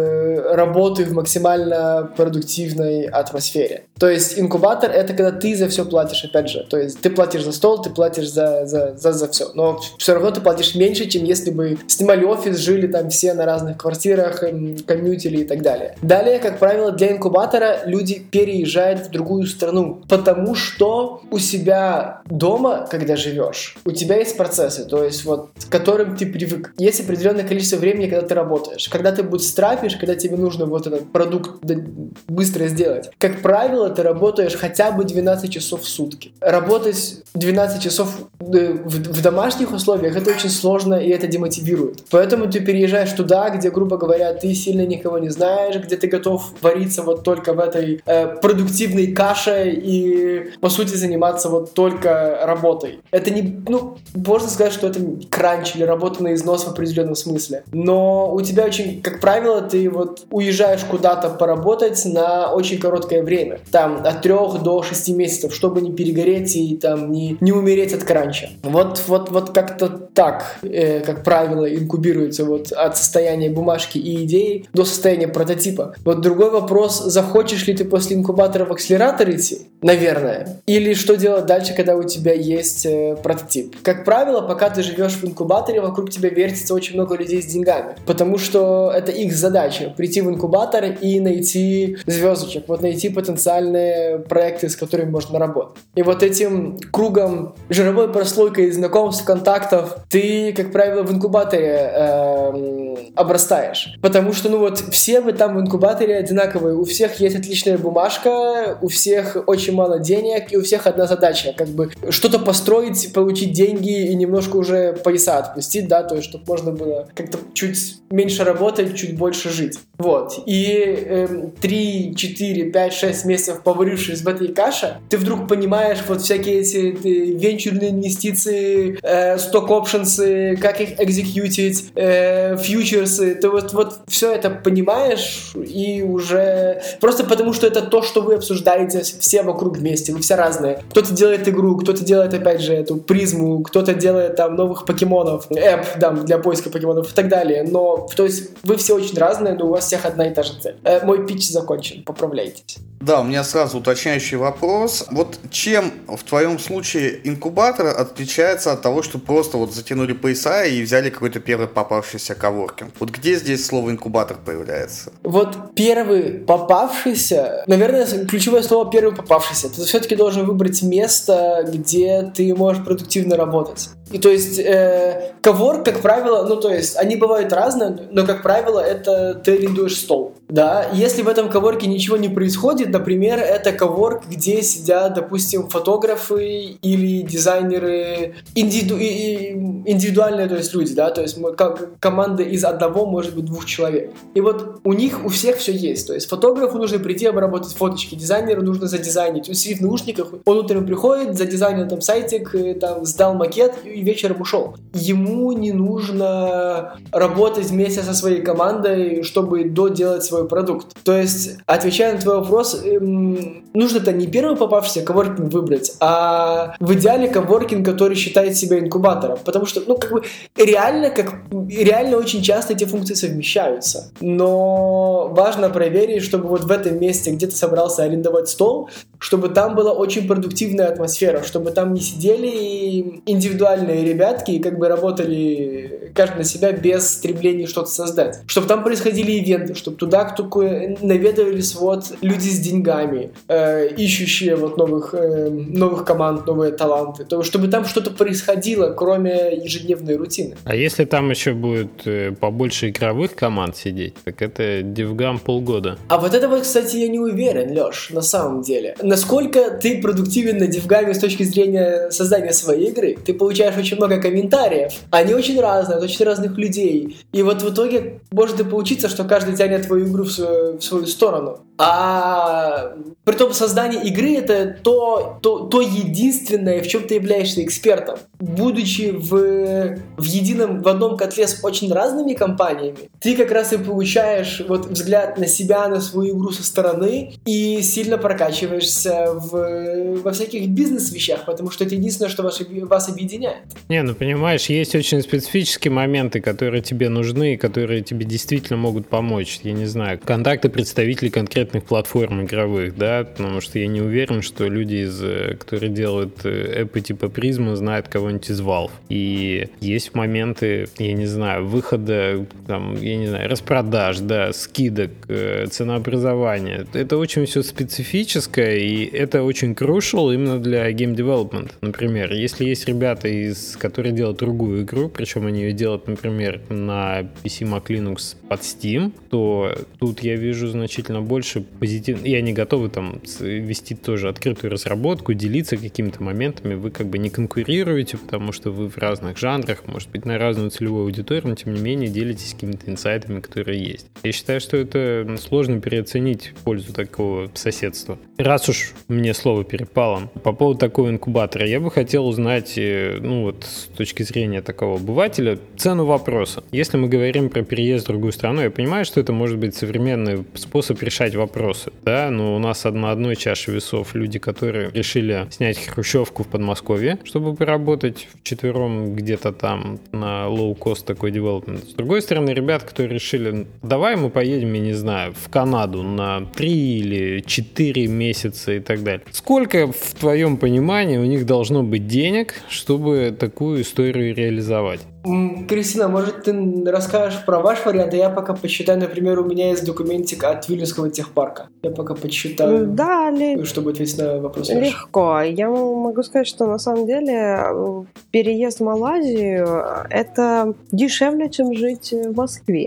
э, работы в максимально продуктивной атмосфере. То есть инкубатор — это когда ты за все платишь, опять же. То есть ты платишь за стол, ты платишь за, за, за, за все. Но все равно ты платишь меньше, чем если бы снимали офис, жили там все на разных квартирах, коммьютили и так далее. Далее, как правило, для инкубатора люди переезжают переезжает в другую страну, потому что у себя дома, когда живешь, у тебя есть процессы, то есть вот, к которым ты привык. Есть определенное количество времени, когда ты работаешь. Когда ты бутстрапишь, когда тебе нужно вот этот продукт быстро сделать. Как правило, ты работаешь хотя бы двенадцать часов в сутки. Работать двенадцать часов в, в домашних условиях — это очень сложно, и это демотивирует. Поэтому ты переезжаешь туда, где, грубо говоря, ты сильно никого не знаешь, где ты готов вариться вот только в этой э, продуктивной каше и, по сути, заниматься вот только работой. Это не, ну, можно сказать, что это кранч или работа на износ в определенном смысле. Но у тебя очень, как правило, ты вот уезжаешь куда-то поработать на очень короткое время. Там от трех до шести месяцев, чтобы не перегореть и там не, не умереть от кранча. Вот, вот, вот как-то так, э, как правило, инкубируется вот от состояния бумажки и идеи до состояния прототипа. Вот другой вопрос, захочешь ли ты после инкубатора в акселератор идти? Наверное. Или что делать дальше, когда у тебя есть э, прототип? Как правило, пока ты живешь в инкубаторе, вокруг тебя вертится очень много людей с деньгами. Потому что это их задача — прийти в инкубатор и найти звездочек, вот найти потенциальные проекты, с которыми можно работать. И вот этим кругом, жировой прослойкой знакомств, контактов ты, как правило, в инкубаторе э, обрастаешь. Потому что, ну вот, все вы там в инкубаторе одинаковые, у всех есть отличная бумажка, у всех очень очень мало денег, и у всех одна задача, как бы что-то построить, получить деньги и немножко уже пояса отпустить, да, то есть, чтобы можно было как-то чуть меньше работать, чуть больше жить. Вот. И эм, три, четыре, пять, шесть месяцев поварившись в этой каше, ты вдруг понимаешь вот всякие эти, эти венчурные инвестиции, э, сток-опшенсы, как их экзекьютить, э, фьючерсы, ты вот, вот все это понимаешь и уже... Просто потому, что это то, что вы обсуждаете все вокруг вместе, вы все разные. Кто-то делает игру, кто-то делает, опять же, эту призму, кто-то делает там новых покемонов, эп, да, для поиска покемонов и так далее. Но, то есть, вы все очень разные, но у вас всех одна и та же цель. Э, мой питч закончен, поправляйтесь. Да, у меня сразу уточняющий вопрос. Вот чем в твоем случае инкубатор отличается от того, что просто вот затянули пояса и взяли какой-то первый попавшийся коворкинг? Вот где здесь слово инкубатор появляется? Вот первый попавшийся, наверное, ключевое слово первый попавшийся. Ты все-таки должен выбрать место, где ты можешь продуктивно работать. И то есть э, коворк, как правило, ну то есть они бывают разные, но как правило это ты арендуешь стол, да. Если в этом коворке ничего не происходит, например, это коворк, где сидят, допустим, фотографы или дизайнеры, индивиду... индивидуальные, то есть люди, да, то есть как команда из одного, может быть, двух человек. И вот у них у всех все есть, то есть фотографу нужно прийти обработать фоточки, дизайнеру нужно задизайнить, он сидит в наушниках, он утром приходит, задизайнил там сайтик, там сдал макет и вечером ушел. Ему не нужно работать вместе со своей командой, чтобы доделать свой продукт. То есть, отвечая на твой вопрос, эм, нужно-то не первый попавшийся коворкинг выбрать, а в идеале коворкинг, который считает себя инкубатором. Потому что, ну, как бы, реально, как, реально очень часто эти функции совмещаются. Но важно проверить, чтобы вот в этом месте, где ты собрался арендовать стол, чтобы там была очень продуктивная атмосфера, чтобы там не сидели индивидуальные ребятки и как бы работали каждый на себя без стремления что-то создать. Чтобы там происходили ивенты, чтобы туда кто наведывались вот люди с деньгами, э, ищущие вот новых, э, новых команд, новые таланты. То, чтобы там что-то происходило, кроме ежедневной рутины. А если там еще будет э, побольше игровых команд сидеть, так это DevGam полгода. А вот это вот, кстати, я не уверен, Леш, на самом деле. Насколько ты продуктивен на DevGam с точки зрения создания своей игры, ты получаешь очень много комментариев. Они очень разные, от очень разных людей. И вот в итоге может и получиться, что каждый тянет твою игру в свою, в свою сторону. А при том создание игры это то, то, то единственное, в чем ты являешься экспертом. Будучи в, в едином, в одном котле с очень разными компаниями, ты как раз и получаешь вот взгляд на себя, на свою игру со стороны и сильно прокачиваешься в, во всяких бизнес-вещах, потому что это единственное, что вас, вас объединяет. Не, ну понимаешь, есть очень специфические моменты, которые тебе нужны и которые тебе действительно могут помочь. Я не знаю, контакты представителей конкретных платформ игровых, да, потому что я не уверен, что люди, из, которые делают эпы типа Призмы, знают кого-нибудь из Valve. И есть моменты, я не знаю, выхода, там, я не знаю, распродаж, да, скидок, ценообразования. Это очень все специфическое, и это очень crucial именно для game development. Например, если есть ребята, из, которые делают другую игру, причем они ее делают, например, на пи си Mac Linux под Steam, то тут я вижу значительно больше позитивных. И они готовы там вести тоже открытую разработку, делиться какими-то моментами. Вы как бы не конкурируете, потому что вы в разных жанрах, может быть, на разную целевую аудиторию, но тем не менее делитесь какими-то инсайтами, которые есть. Я считаю, что это сложно переоценить пользу такого соседства. Раз уж мне слово перепало, по поводу такого инкубатора, я бы хотел узнать, ну вот с точки зрения такого обывателя, цену вопроса. Если мы говорим про переезд в другую страну, я понимаю, что это может быть современный способ решать вопросы, да, но у нас на одной чаше весов люди, которые решили снять хрущевку в Подмосковье, чтобы поработать вчетвером где-то там на low-cost такой девелопмент. С другой стороны, ребят, которые решили, давай мы поедем, я не знаю, в Канаду на три или четыре месяца и так далее. Сколько, в твоем понимании, у них должно быть денег, чтобы такую историю реализовать? Кристина, может, ты расскажешь про ваш вариант, а я пока почитаю, например, у меня есть документик от Вильнюсского техпарка. Я пока почитаю, да, ли... чтобы ответить на вопрос. Легко. Я могу сказать, что на самом деле переезд в Малайзию — это дешевле, чем жить в Москве.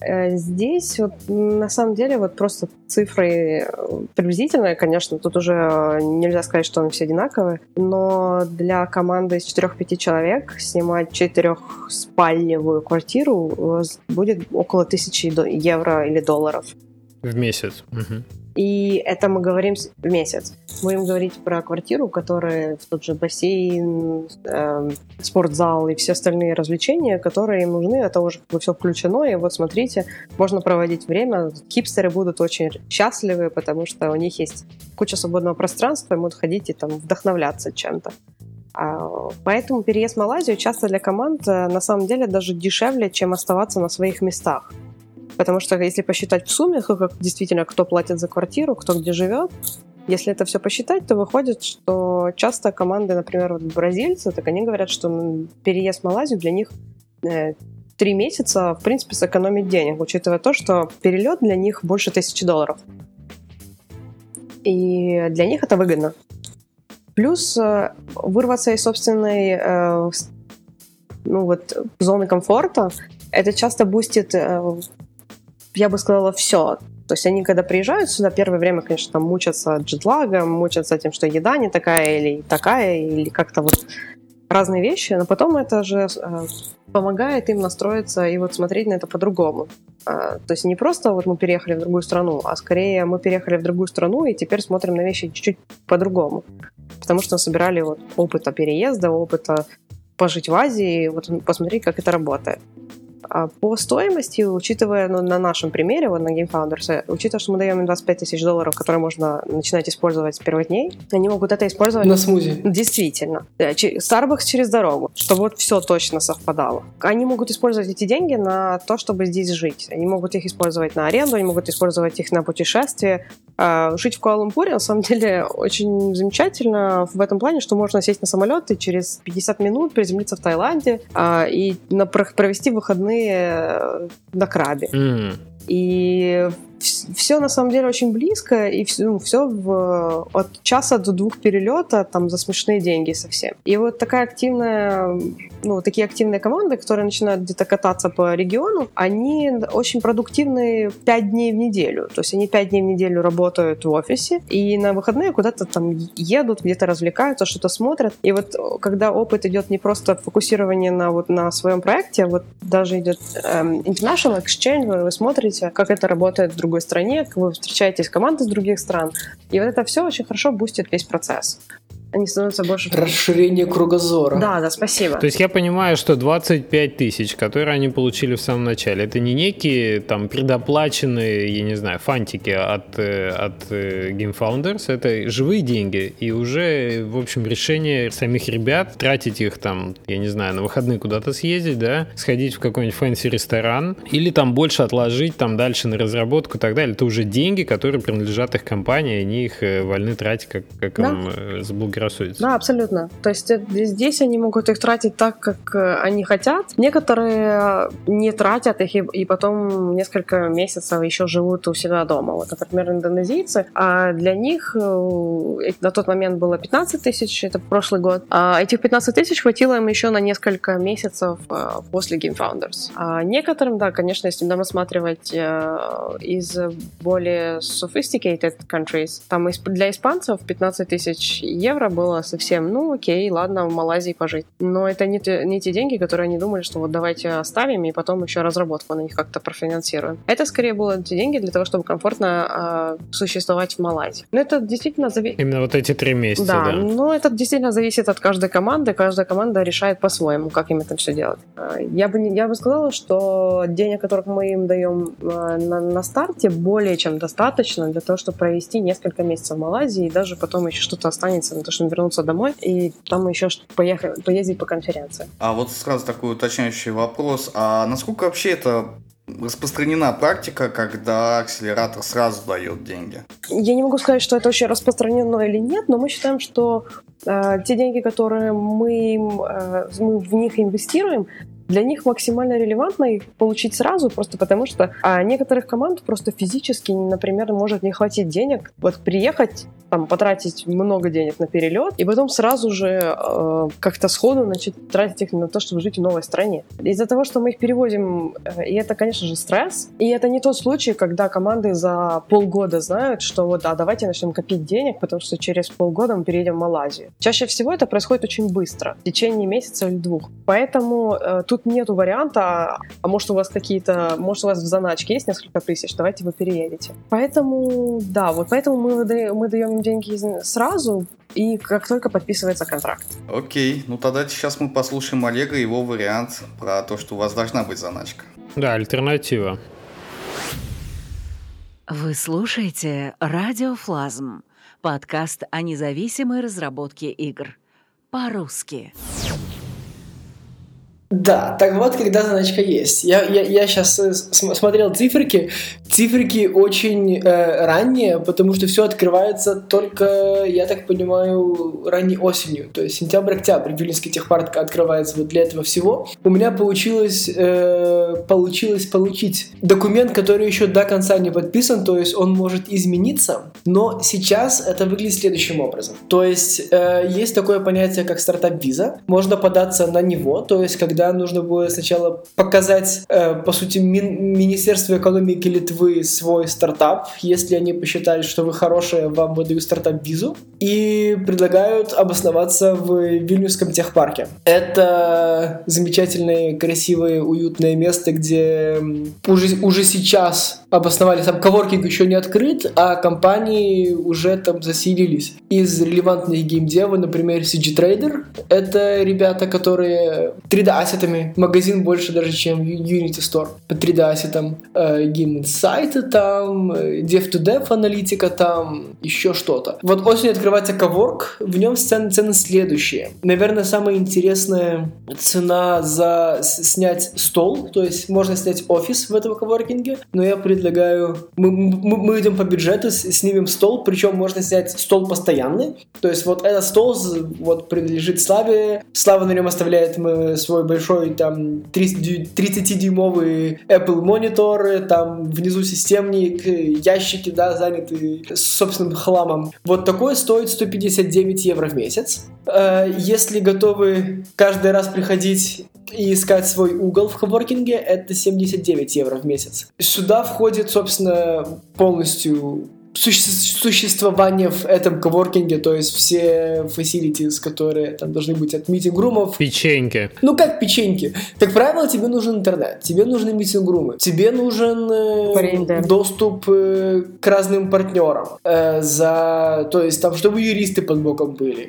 Здесь вот, на самом деле вот просто цифры приблизительные, конечно, тут уже нельзя сказать, что они все одинаковые, но для команды из четырех-пяти человек снимать четырехспальневую квартиру будет около тысячи евро или долларов. В месяц. Угу. И это мы говорим в месяц. Будем говорить про квартиру, которая в тот же бассейн, э, спортзал и все остальные развлечения, которые им нужны, это уже как бы все включено. И вот смотрите, можно проводить время. Хипстеры будут очень счастливы, потому что у них есть куча свободного пространства, и могут ходить и там вдохновляться чем-то. А, поэтому переезд в Малайзию часто для команд на самом деле даже дешевле, чем оставаться на своих местах. Потому что если посчитать в сумме, как действительно кто платит за квартиру, кто где живет, если это все посчитать, то выходит, что часто команды, например, вот бразильцы, так они говорят, что переезд в Малайзию для них э, три месяца, в принципе, сэкономит денег, учитывая то, что перелет для них больше тысячи долларов. И для них это выгодно. Плюс э, вырваться из собственной э, ну, вот, зоны комфорта, это часто бустит... Э, я бы сказала, все. То есть они, когда приезжают сюда, первое время, конечно, там мучатся джетлагом, мучатся тем, что еда не такая или такая, или как-то вот разные вещи, но потом это же э, помогает им настроиться и вот смотреть на это по-другому. Э, то есть не просто вот мы переехали в другую страну, а скорее мы переехали в другую страну и теперь смотрим на вещи чуть-чуть по-другому. Потому что собирали вот опыта переезда, опыта пожить в Азии, вот посмотреть, как это работает. По стоимости, учитывая, ну, на нашем примере, вот на Game Founders, учитывая, что мы даем им двадцать пять тысяч долларов, которые можно начинать использовать с первых дней, они могут это использовать... На смузи. Действительно. Starbucks через дорогу, чтобы вот все точно совпадало. Они могут использовать эти деньги на то, чтобы здесь жить. Они могут их использовать на аренду, они могут использовать их на путешествие. Жить в Куала-Лумпуре, на самом деле, очень замечательно в этом плане, что можно сесть на самолет и через пятьдесят минут приземлиться в Таиланде и провести выходные на Крабе. Mm. И все на самом деле очень близко, и все, ну, все в, от часа до двух перелета там за смешные деньги совсем. И вот такая активная, ну, такие активные команды, которые начинают где-то кататься по региону, они очень продуктивны пять дней в неделю. То есть они пять дней в неделю работают в офисе, и на выходные куда-то там едут, где-то развлекаются, что-то смотрят. И вот когда опыт идет не просто фокусирование на, вот, на своем проекте, а вот даже идет эм, international exchange, вы смотрите, как это работает в другой стране, вы встречаетесь с командой из других стран, и вот это все очень хорошо бустит весь процесс. Они становятся больше... Расширение кругозора. Да, да, спасибо. То есть я понимаю, что двадцать пять тысяч, которые они получили в самом начале, это не некие там предоплаченные, я не знаю, фантики от, от Game Founders, это живые деньги, и уже, в общем, решение самих ребят тратить их там, я не знаю, на выходные куда-то съездить, да, сходить в какой-нибудь фэнси ресторан, или там больше отложить там дальше на разработку и так далее. Это уже деньги, которые принадлежат их компании, они их вольны тратить, как, как да. им заблагорассудится. Да, абсолютно. То есть здесь они могут их тратить так, как они хотят. Некоторые не тратят их и, и потом несколько месяцев еще живут у себя дома. Вот, например, индонезийцы, а для них на тот момент было пятнадцать тысяч, это прошлый год. А этих пятнадцать тысяч хватило им еще на несколько месяцев после Game Founders. А некоторым, да, конечно, если нам рассматривать из более sophisticated countries, там для испанцев пятнадцать тысяч евро было совсем, ну окей, ладно, в Малайзии пожить. Но это не те, не те деньги, которые они думали, что вот давайте оставим и потом еще разработку на них как-то профинансируем. Это скорее было те деньги для того, чтобы комфортно э, существовать в Малайзии. Но это действительно зависит... Именно вот эти три месяца, да. Да, но это действительно зависит от каждой команды. Каждая команда решает по-своему, как им это все делать. Я бы, не, я бы сказала, что денег, которых мы им даем на, на старте, более чем достаточно для того, чтобы провести несколько месяцев в Малайзии, и даже потом еще что-то останется на то, чтобы вернуться домой и там еще поехать, поездить по конференции. А вот сразу такой уточняющий вопрос. А насколько вообще это распространена практика, когда акселератор сразу дает деньги? Я не могу сказать, что это очень распространено или нет, но мы считаем, что э, те деньги, которые мы, э, мы в них инвестируем, Для них максимально релевантно их получить сразу, просто потому что а некоторых команд просто физически, например, может не хватить денег. Вот приехать, там, потратить много денег на перелет, и потом сразу же э, как-то сходу начать тратить их на то, чтобы жить в новой стране. Из-за того, что мы их переводим, э, и это, конечно же, стресс, и это не тот случай, когда команды за полгода знают, что вот, а давайте начнем копить денег, потому что через полгода мы переедем в Малайзию. Чаще всего это происходит очень быстро, в течение месяца или двух. Поэтому э, тут нету варианта, а может у вас какие-то, может у вас в заначке есть несколько тысяч, давайте вы переедете. Поэтому, да, вот поэтому мы, выдаем, мы даем им деньги сразу, и как только подписывается контракт. Окей, ну тогда сейчас мы послушаем Олега, его вариант про то, что у вас должна быть заначка. Да, альтернатива. Вы слушаете «Радио Флазм», подкаст о независимой разработке игр. По-русски. Да, так вот, когда заначка есть. Я, я, я сейчас см- смотрел циферки. Циферки очень э, ранние, потому что все открывается только, я так понимаю, ранней осенью. То есть сентябрь-октябрь Виленский техпарк открывается вот для этого всего. У меня получилось, э, получилось получить документ, который еще до конца не подписан, то есть он может измениться, но сейчас это выглядит следующим образом. То есть э, есть такое понятие, как стартап-виза. Можно податься на него, то есть когда нужно будет сначала показать, э, по сути, ми- Министерству экономики Литвы свой стартап. Если они посчитали, что вы хорошие, вам выдают стартап-визу и предлагают обосноваться в Вильнюсском техпарке. Это замечательное, красивое, уютное место, где уже, уже сейчас обосновались. Там коворкинг еще не открыт, а компании уже там заселились. Из релевантных геймдевов, например, си джи Trader. Это ребята, которые три дэ-ассетами. Магазин больше даже, чем Unity Store. По три дэ-ассетам. Game Insight там, Dev to Dev аналитика там, еще что-то. Вот осенью открывается коворк. В нем цены, цены следующие. Наверное, самая интересная цена за снять стол. То есть можно снять офис в этом коворкинге. Но я предлагаю Мы, мы, мы идем по бюджету, снимем стол, причем можно снять стол постоянный. То есть вот этот стол вот, принадлежит Славе. Слава на нем оставляет свой большой там тридцатидюймовый Apple монитор, там внизу системник, ящики, да, заняты собственным хламом. Вот такой стоит сто пятьдесят девять евро в месяц. Если готовы каждый раз приходить и искать свой угол в коворкинге, это семьдесят девять евро в месяц. Сюда входит, собственно, полностью существование в этом коворкинге, то есть все facilities, которые там должны быть от митинг-румов. Печеньки. Ну как печеньки? Как правило, тебе нужен интернет, тебе нужны митинг-румы, тебе нужен э, доступ э, к разным партнерам, э, за, то есть там, чтобы юристы под боком были,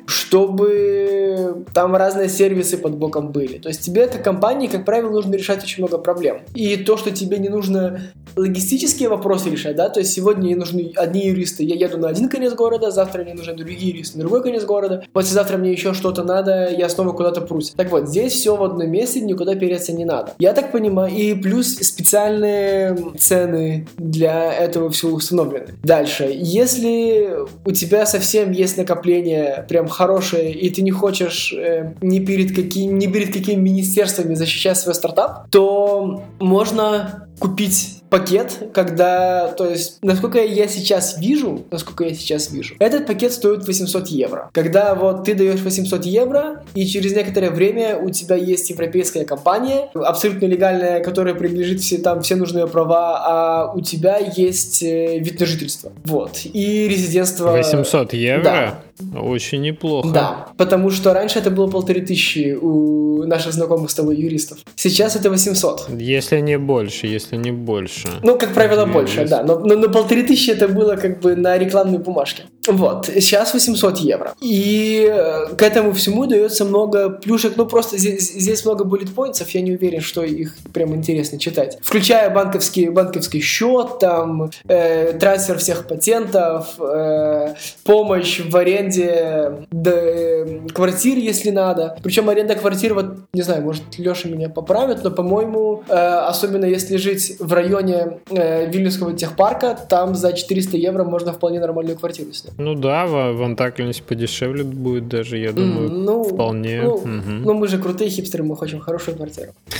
чтобы там разные сервисы под боком были. То есть тебе, как компании, как правило, нужно решать очень много проблем. И то, что тебе не нужно логистические вопросы решать, да, то есть сегодня мне нужны одни юристы, я еду на один конец города, завтра мне нужны другие юристы на другой конец города, послезавтра мне еще что-то надо, я снова куда-то прусь. Так вот, здесь все в одном месте, никуда переться не надо. Я так понимаю, и плюс специальные цены для этого всего установлены. Дальше, если у тебя совсем есть накопление прям хорошее, и ты не хочешь э, ни перед каким, ни перед какими министерствами защищать свой стартап, то можно купить пакет, когда, то есть, насколько я сейчас вижу, насколько я сейчас вижу, этот пакет стоит восемьсот евро. Когда вот ты даешь восемьсот евро, и через некоторое время у тебя есть европейская компания, абсолютно легальная, которая принадлежит все, там, все нужные права, а у тебя есть э, вид на жительство. Вот. И резидентство... восемьсот евро? Да. Очень неплохо. Да, потому что раньше это было полторы тысячи у наших знакомых с тобой юристов. Сейчас это восемьсот. Если не больше, если не больше. Ну, как правило, Юрист. больше, да. Но, но, но полторы тысячи это было как бы на рекламной бумажке. Вот, сейчас восемьсот евро. И к этому всему дается много плюшек. Ну, просто здесь, здесь много буллет-поинтсов, я не уверен, что их прям интересно читать. Включая банковский, банковский счет, там, э, трансфер всех патентов, э, помощь в аренде э, квартир, если надо. Причем аренда квартир, вот, не знаю, может, Леша меня поправит, но, по-моему, э, особенно если жить в районе э, Вильнюсского техпарка, там за четыреста евро можно вполне нормальную квартиру снять. Ну да, в, в Антаклисе подешевле будет даже, я думаю, mm, ну, вполне. Ну, угу. ну, мы же крутые хипстеры, мы хотим хорошую квартиру.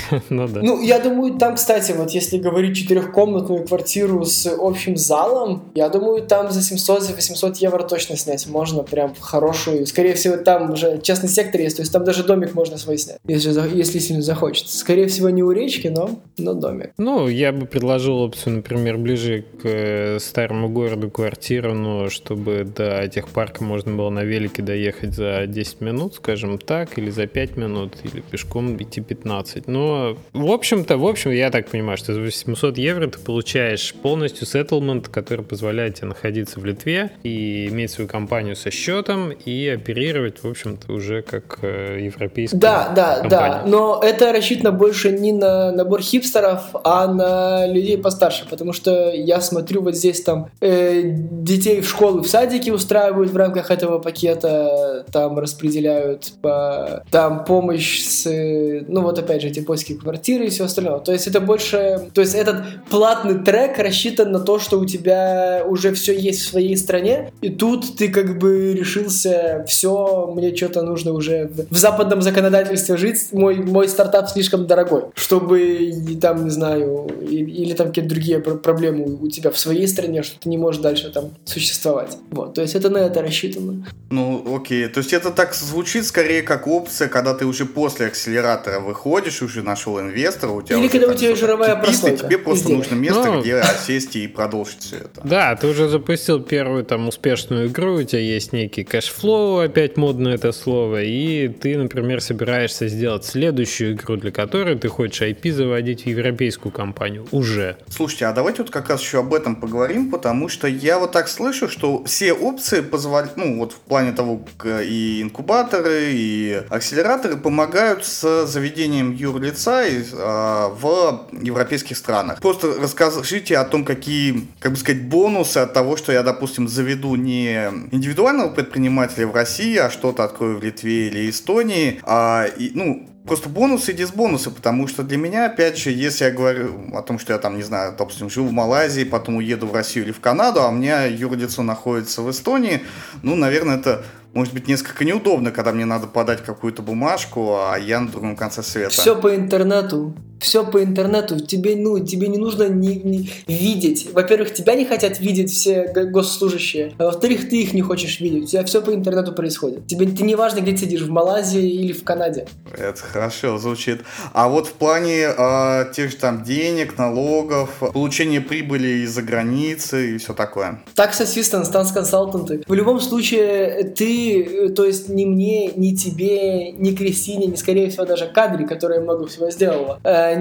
Ну да. Ну, я думаю, там, кстати, вот если говорить четырехкомнатную квартиру с общим залом, я думаю, там за семьсот, за восемьсот евро точно снять можно прям хорошую. Скорее всего, там уже частный сектор есть, то есть там даже домик можно свой снять, если, если сильно захочется. Скорее всего, не у речки, но, но домик. Ну, я бы предложил опцию, например, ближе к э, старому городу квартиру, но чтобы до техпарка можно было на велике доехать за десять минут, скажем так, или за пять минут, или пешком идти пятнадцать. Но, в общем-то, в общем, я так понимаю, что за восемьсот евро ты получаешь полностью сеттлмент, который позволяет тебе находиться в Литве и иметь свою компанию со счетом и оперировать, в общем-то, уже как э, европейская Да, да, компания. да, но это рассчитано больше не на набор хипстеров, а на людей постарше, потому что я смотрю, вот здесь там э, детей в школу, в садики устраивают в рамках этого пакета, там распределяют по, там помощь с, ну вот опять же, эти польские квартиры и все остальное. То есть это больше, то есть этот платный трек рассчитан на то, что у тебя уже все есть в своей стране, и тут ты как бы решился, все, мне что-то нужно уже в, в западном законодательстве жить, мой, мой стартап слишком дорогой, чтобы там, не знаю, или, или там какие-то другие проблемы у тебя в своей стране, что ты не можешь дальше там существовать. Вот, то есть это на это рассчитано. Ну, окей, то есть это так звучит скорее как опция, когда ты уже после акселератора выходишь, уже нашел инвестора, у тебя или уже когда у так тебя всё жировая кипит, прослойка. и тебе просто Везде. нужно место, Ну, где осесть и продолжить все это. Да, ты уже запустил первую там успешную игру, у тебя есть некий кэшфлоу, опять модно это слово, и ты, например, собираешься сделать следующую игру, для которой ты хочешь ай пи заводить в европейскую компанию уже. Слушайте, а давайте вот как раз еще об этом поговорим, потому что я вот так слышу, что все опции позволяют, ну вот в плане того, как и инкубаторы, и акселераторы помогают с заведением юрлица из, а, в европейских странах. Просто расскажите о том, какие, как бы сказать, бонусы от того, что я, допустим, заведу не индивидуального предпринимателя в России, а что-то открою в Литве или Эстонии, а, и, ну, просто бонусы и дисбонусы, потому что для меня, опять же, если я говорю о том, что я там, не знаю, допустим, живу в Малайзии, потом уеду в Россию или в Канаду, а у меня юрлицо находится в Эстонии, ну, наверное, это может быть несколько неудобно, когда мне надо подать какую-то бумажку, а я на другом конце света. Все по интернету. Все по интернету. Тебе, ну, тебе не нужно не, не видеть. Во-первых, тебя не хотят видеть все госслужащие. А во-вторых, ты их не хочешь видеть. У тебя все по интернету происходит. Тебе ты не важно, где ты сидишь, в Малайзии или в Канаде. Это хорошо звучит. А вот в плане э, тех же там денег, налогов, получения прибыли из-за границы и все такое. Tax assistance, tax consultant. В любом случае, ты, то есть ни мне, ни тебе, ни Кристине, ни, скорее всего, даже Кадри, которая много всего сделала,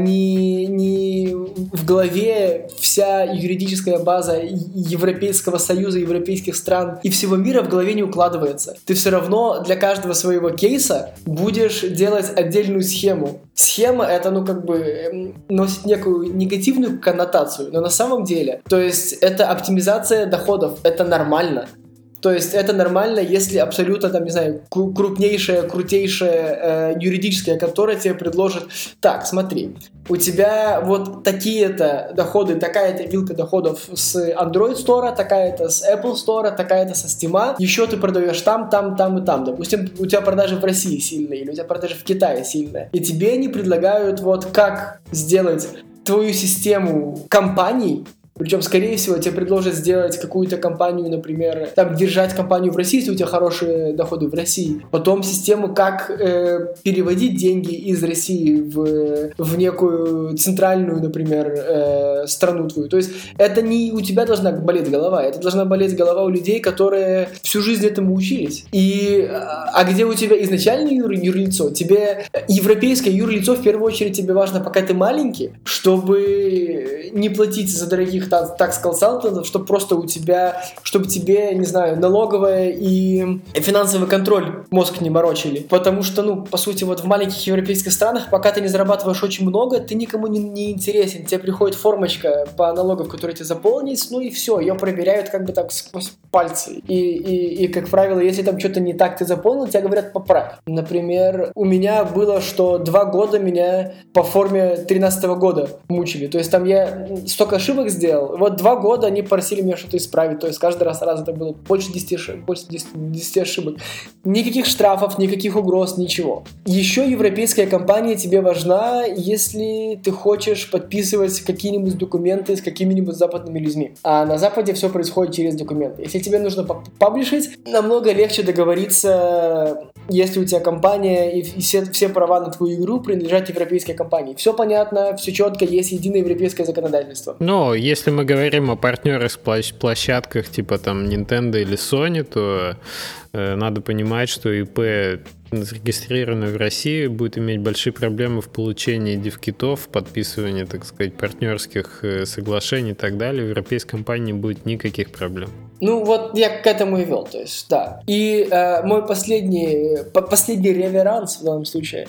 не, не в голове вся юридическая база Европейского Союза, европейских стран и всего мира в голове не укладывается. Ты все равно для каждого своего кейса будешь делать отдельную схему. Схема — это, ну, как бы носит некую негативную коннотацию, но на самом деле, то есть это оптимизация доходов, это нормально. То есть это нормально, если абсолютно, там, не знаю, крупнейшая, крутейшая э, юридическая контора тебе предложит: так, смотри, у тебя вот такие-то доходы, такая-то вилка доходов с Android Store, такая-то с Apple Store, такая-то со Steam, еще ты продаешь там, там, там и там. Допустим, у тебя продажи в России сильные, или у тебя продажи в Китае сильные. И тебе они предлагают вот как сделать твою систему компаний. Причем, скорее всего, тебе предложат сделать какую-то компанию, например, там, держать компанию в России, если у тебя хорошие доходы в России. Потом систему, как э, переводить деньги из России в, в некую центральную, например, э, страну твою. То есть это не у тебя должна болеть голова, это должна болеть голова у людей, которые всю жизнь этому учились. И, а где у тебя изначальное юр, юрлицо? Тебе европейское юрлицо, в первую очередь, тебе важно, пока ты маленький, чтобы не платить за дорогих такс-консалтантов, чтобы просто у тебя, чтобы тебе, не знаю, налоговая и финансовый контроль мозг не морочили. Потому что, ну, по сути, вот в маленьких европейских странах, пока ты не зарабатываешь очень много, ты никому не, не интересен. Тебе приходит формочка по налогам, которую тебе заполнить, ну и все, ее проверяют как бы так сквозь пальцы. И, и, и, как правило, если там что-то не так ты заполнил, тебе говорят: поправь. Например, у меня было, что два года меня по форме тринадцатого года мучили. То есть там я столько ошибок сделал, сделал. Вот два года они просили меня что-то исправить, то есть каждый раз, раз это было больше десяти ошибок, больше десяти ошибок. Никаких штрафов, никаких угроз, ничего. Еще европейская компания тебе важна, если ты хочешь подписывать какие-нибудь документы с какими-нибудь западными людьми. А на Западе все происходит через документы. Если тебе нужно паблишить, намного легче договориться, если у тебя компания и все, все права на твою игру принадлежат европейской компании. Все понятно, все четко, есть единое европейское законодательство. Но если мы говорим о партнерах с площадках типа там Nintendo или Sony, то э, надо понимать, что ИП, зарегистрированный в России, будет иметь большие проблемы в получении дивкитов, подписывании, так сказать, партнерских соглашений и так далее. В европейской компании не будет никаких проблем. Ну вот я к этому и вел, то есть да. И э, мой последний, по- последний реверанс в данном случае,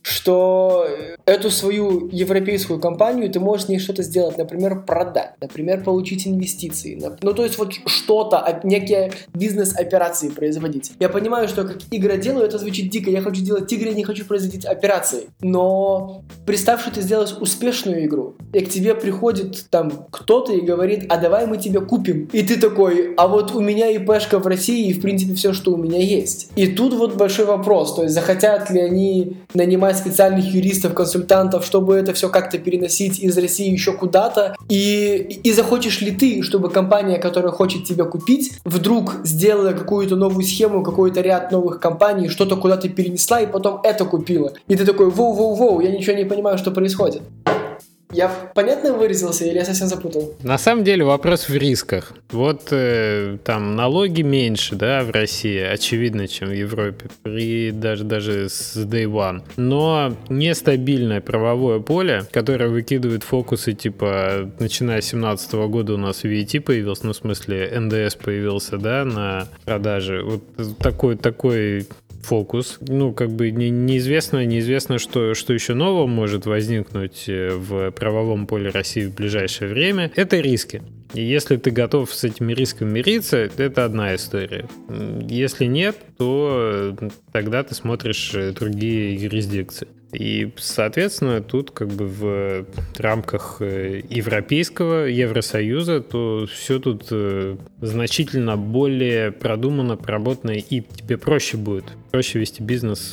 что эту свою европейскую компанию ты можешь с ней что-то сделать, например, продать, например, получить инвестиции, ну то есть вот что-то, некие бизнес-операции производить. Я понимаю, что как игроделу это звучит дико, я хочу делать игры, не хочу производить операции, но представь, что ты сделаешь успешную игру, и к тебе приходит там кто-то и говорит, а давай мы тебя купим, и ты такой, а вот у меня ИПшка в России и в принципе все, что у меня есть. И тут вот большой вопрос, то есть захотят ли они нанимать специальных юристов, консультантов, чтобы это все как-то переносить из России еще куда-то, и, и захочешь ли ты, чтобы компания, которая хочет тебя купить, вдруг сделала какую-то новую схему, какой-то ряд новых компаний, что-то куда-то перенесла и потом это купила. И ты такой, воу-воу-воу, я ничего не понимаю, что происходит. Я понятно выразился или я совсем запутал? На самом деле вопрос в рисках. Вот э, там налоги меньше, да, в России, очевидно, чем в Европе, при даже, даже с day one. Но нестабильное правовое поле, которое выкидывает фокусы, типа, начиная с семнадцатого года у нас ви эй ти появился, ну, в смысле, эн дэ эс появился, да, на продаже. Вот такой, такой фокус. Ну, как бы не, неизвестно, неизвестно, что, что еще нового может возникнуть в правовом поле России в ближайшее время. Это риски. И если ты готов с этими рисками мириться, это одна история. Если нет, то тогда ты смотришь другие юрисдикции. И, соответственно, тут как бы в рамках Европейского, Евросоюза, то все тут значительно более продумано, проработано, и тебе проще будет, проще вести бизнес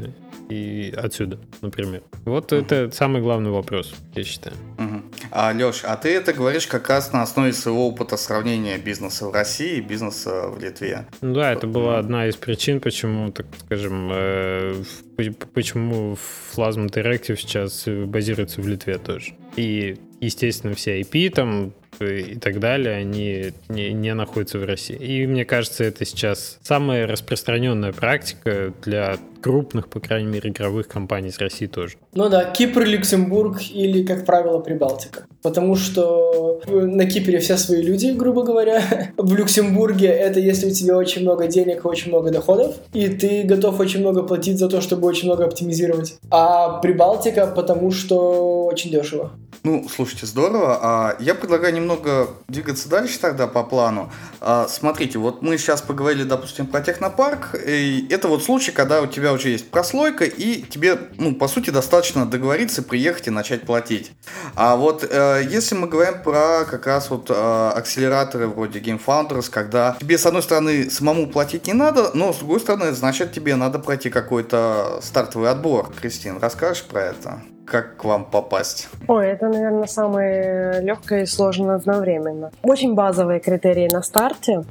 и отсюда, например. Вот uh-huh. это самый главный вопрос, я считаю. Uh-huh. А, Леш, а ты это говоришь как раз на основе своего опыта сравнения бизнеса в России и бизнеса в Литве. Ну да, это была одна из причин, почему, так скажем, э, почему Flasm Interactive сейчас базируется в Литве тоже. И, естественно, все ай пи там и так далее, они не, не находятся в России. И мне кажется, это сейчас самая распространенная практика для крупных, по крайней мере, игровых компаний из России тоже. Ну да, Кипр, Люксембург или, как правило, Прибалтика. Потому что на Кипре все свои люди, грубо говоря. В Люксембурге это если у тебя очень много денег и очень много доходов, и ты готов очень много платить за то, чтобы очень много оптимизировать. А Прибалтика, потому что очень дешево. Ну, слушайте, здорово. А я предлагаю немного двигаться дальше тогда по плану. А, смотрите, вот мы сейчас поговорили, допустим, про технопарк. И это вот случай, когда у тебя уже есть прослойка, и тебе, ну, по сути, достаточно договориться, приехать и начать платить. А вот э, если мы говорим про как раз вот э, акселераторы вроде Game Founders, когда тебе, с одной стороны, самому платить не надо, но, с другой стороны, значит, тебе надо пройти какой-то стартовый отбор. Кристин, расскажешь про это? Как к вам попасть? Ой, это, наверное, самое легкое и сложное одновременно. Очень базовые критерии на старте,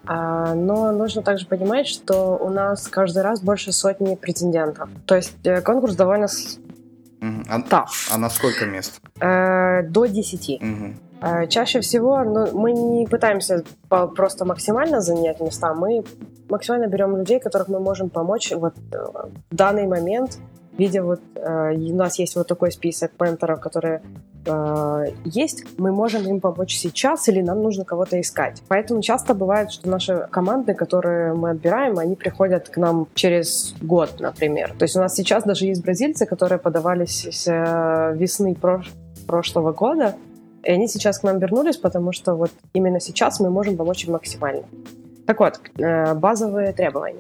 но нужно также понимать, что у нас каждый раз больше сотни претендентов. То есть конкурс довольно а, tough. А на сколько мест? До десяти. Угу. Чаще всего ну, мы не пытаемся просто максимально занять места, мы максимально берем людей, которых мы можем помочь вот в данный момент. Видя вот, э, у нас есть вот такой список пентеров, которые э, есть, мы можем им помочь сейчас или нам нужно кого-то искать. Поэтому часто бывает, что наши команды, которые мы отбираем, они приходят к нам через год, например. То есть у нас сейчас даже есть бразильцы, которые подавались с э, весны прош- прошлого года, и они сейчас к нам вернулись, потому что вот именно сейчас мы можем помочь им максимально. Так вот, э, базовые требования.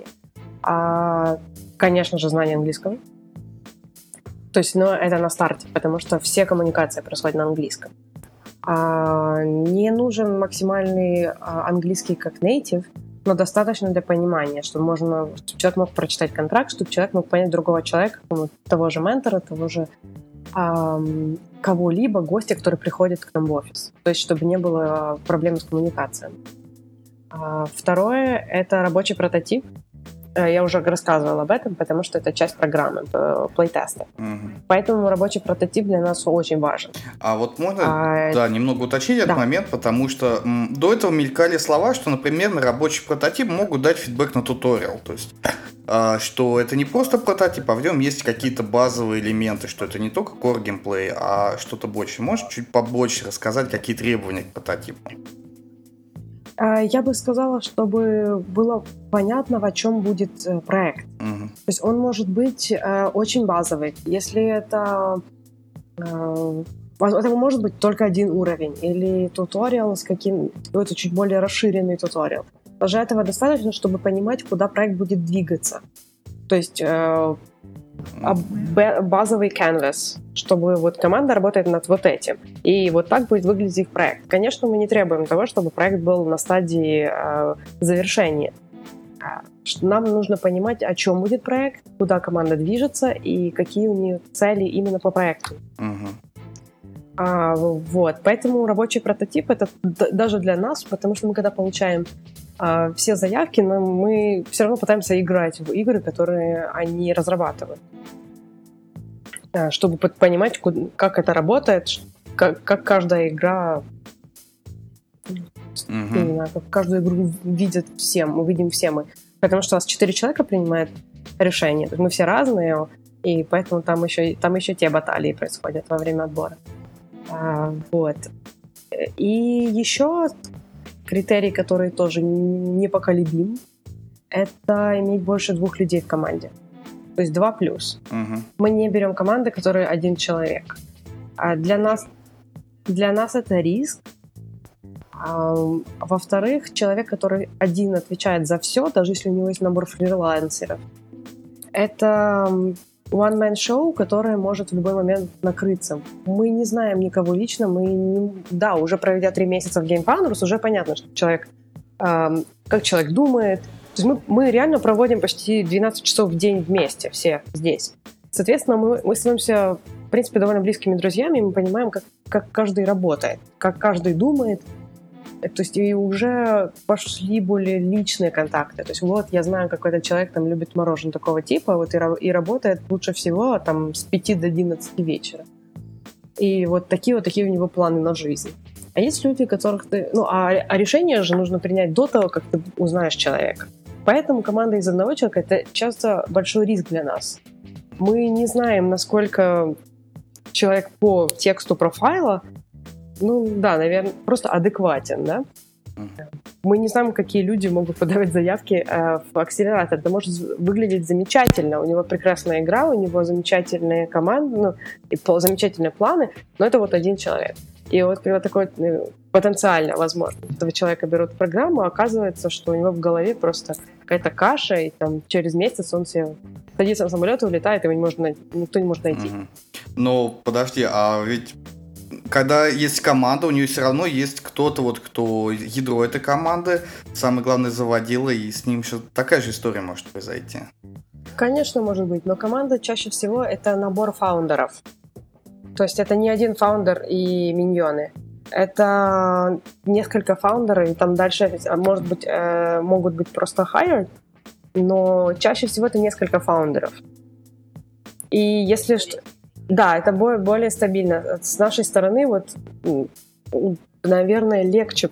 А, конечно же, знание английского. То есть, ну, это на старте, потому что все коммуникации происходят на английском. А, не нужен максимальный а, английский как native, но достаточно для понимания, чтобы можно, чтобы человек мог прочитать контракт, чтобы человек мог понять другого человека, того же ментора, того же а, кого-либо, гостя, который приходит к нам в офис. То есть, чтобы не было проблем с коммуникацией. А, второе — это рабочий прототип. Я уже рассказывала об этом, потому что это часть программы, плейтеста. Угу. Поэтому рабочий прототип для нас очень важен. А вот можно а, да, немного уточнить этот да. момент, потому что м, до этого мелькали слова, что, например, на рабочий прототип могут дать фидбэк на туториал. То есть, а, что это не просто прототип, а в нем есть какие-то базовые элементы, что это не только core геймплей, а что-то больше. Можешь чуть побольше рассказать, какие требования к прототипу? Я бы сказала, чтобы было понятно, о чем будет проект. Uh-huh. То есть он может быть э, очень базовый. Если это... Э, это может быть только один уровень. Или туториал с каким... Это чуть более расширенный туториал. Даже этого достаточно, чтобы понимать, куда проект будет двигаться. То есть... Э, базовый canvas, чтобы вот команда работает над вот этим. И вот так будет выглядеть их проект. Конечно, мы не требуем того, чтобы проект был на стадии э, завершения. Нам нужно понимать, о чем будет проект, куда команда движется и какие у нее цели именно по проекту. Uh-huh. А, вот. Поэтому рабочий прототип — это д- даже для нас, потому что мы когда получаем а, все заявки, но мы все равно пытаемся играть в игры, которые они разрабатывают, а, чтобы понимать, куда, как это работает, как, как каждая игра, uh-huh. не знаю, как каждую игру видят все, мы видим все мы. Потому что у нас четыре человека принимают решение, мы все разные, и поэтому там еще, там еще те баталии происходят во время отбора. А, вот. И еще критерий, который тоже непоколебим, это иметь больше двух людей в команде. То есть два плюс. Uh-huh. Мы не берем команды, которые один человек. А для нас, для нас это риск. А, во-вторых, человек, который один отвечает за все, даже если у него есть набор фрилансеров, это one-man show, которое может в любой момент накрыться. Мы не знаем никого лично, мы не... да, уже проведя три месяца в Game Founders, уже понятно, что человек, э, как человек думает. То есть мы, мы реально проводим почти двенадцать часов в день вместе, все здесь. Соответственно, мы, мы становимся, в принципе, довольно близкими друзьями, и мы понимаем, как, как каждый работает, как каждый думает. То есть и уже пошли более личные контакты. То есть вот я знаю, какой то человек там любит мороженое такого типа, вот и, и работает лучше всего там с пяти до одиннадцати вечера. И вот такие вот такие у него планы на жизнь. А есть люди, которых ты... Ну, а, а решение же нужно принять до того, как ты узнаешь человека. Поэтому команда из одного человека — это часто большой риск для нас. Мы не знаем, насколько человек по тексту профайла, ну да, наверное, просто адекватен, да? Мы не знаем, какие люди могут подавать заявки э, в акселератор. Это может выглядеть замечательно. У него прекрасная игра, у него замечательные команды, ну, и замечательные планы, но это вот один человек. И вот при вот такой ну, потенциально возможно, этого человека берут в программу, а оказывается, что у него в голове просто какая-то каша, и там через месяц он себе садится на самолет и улетает, его не может, никто не может найти. Угу. Но подожди, а ведь когда есть команда, у нее все равно есть кто-то, вот, кто ядро этой команды, самый главный заводила, и с ним еще такая же история может произойти. Конечно, может быть, но команда чаще всего это набор фаундеров. То есть это не один фаундер и миньоны. Это несколько фаундеров, и там дальше, может быть, э, могут быть просто hired, но чаще всего это несколько фаундеров. И если что... Да, это более, более стабильно. С нашей стороны, вот, наверное, легче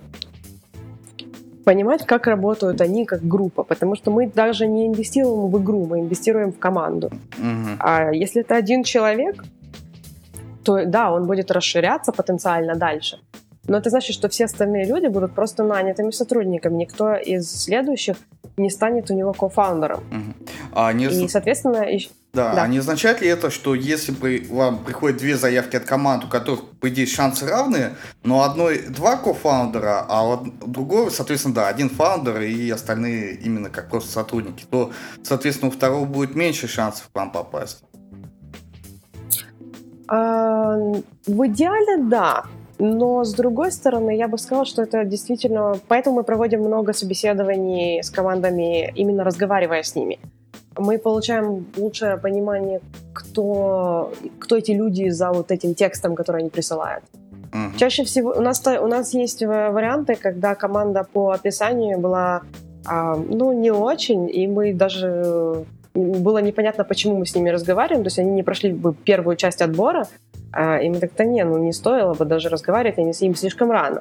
понимать, как работают они как группа, потому что мы даже не инвестируем в игру, мы инвестируем в команду. Uh-huh. А если это один человек, то да, он будет расширяться потенциально дальше. Но это значит, что все остальные люди будут просто нанятыми сотрудниками. Никто из следующих не станет у него кофаундером. Uh-huh. А не... И, соответственно... Да, да, а не означает ли это, что если при, вам приходят две заявки от команд, у которых, по идее, шансы равные, но одной два кофаундера, а у другого, соответственно, да, один фаундер и остальные именно как просто сотрудники, то, соответственно, у второго будет меньше шансов к вам попасть? А, в идеале, да. Но, с другой стороны, я бы сказала, что это действительно... Поэтому мы проводим много собеседований с командами, именно разговаривая с ними. Мы получаем лучшее понимание, кто, кто эти люди за вот этим текстом, который они присылают. Uh-huh. Чаще всего у нас, у нас есть варианты, когда команда по описанию была а, ну, не очень, и мы даже... Было непонятно, почему мы с ними разговариваем, то есть они не прошли бы первую часть отбора, а, и мы так-то не, ну не стоило бы даже разговаривать, они с ними слишком рано.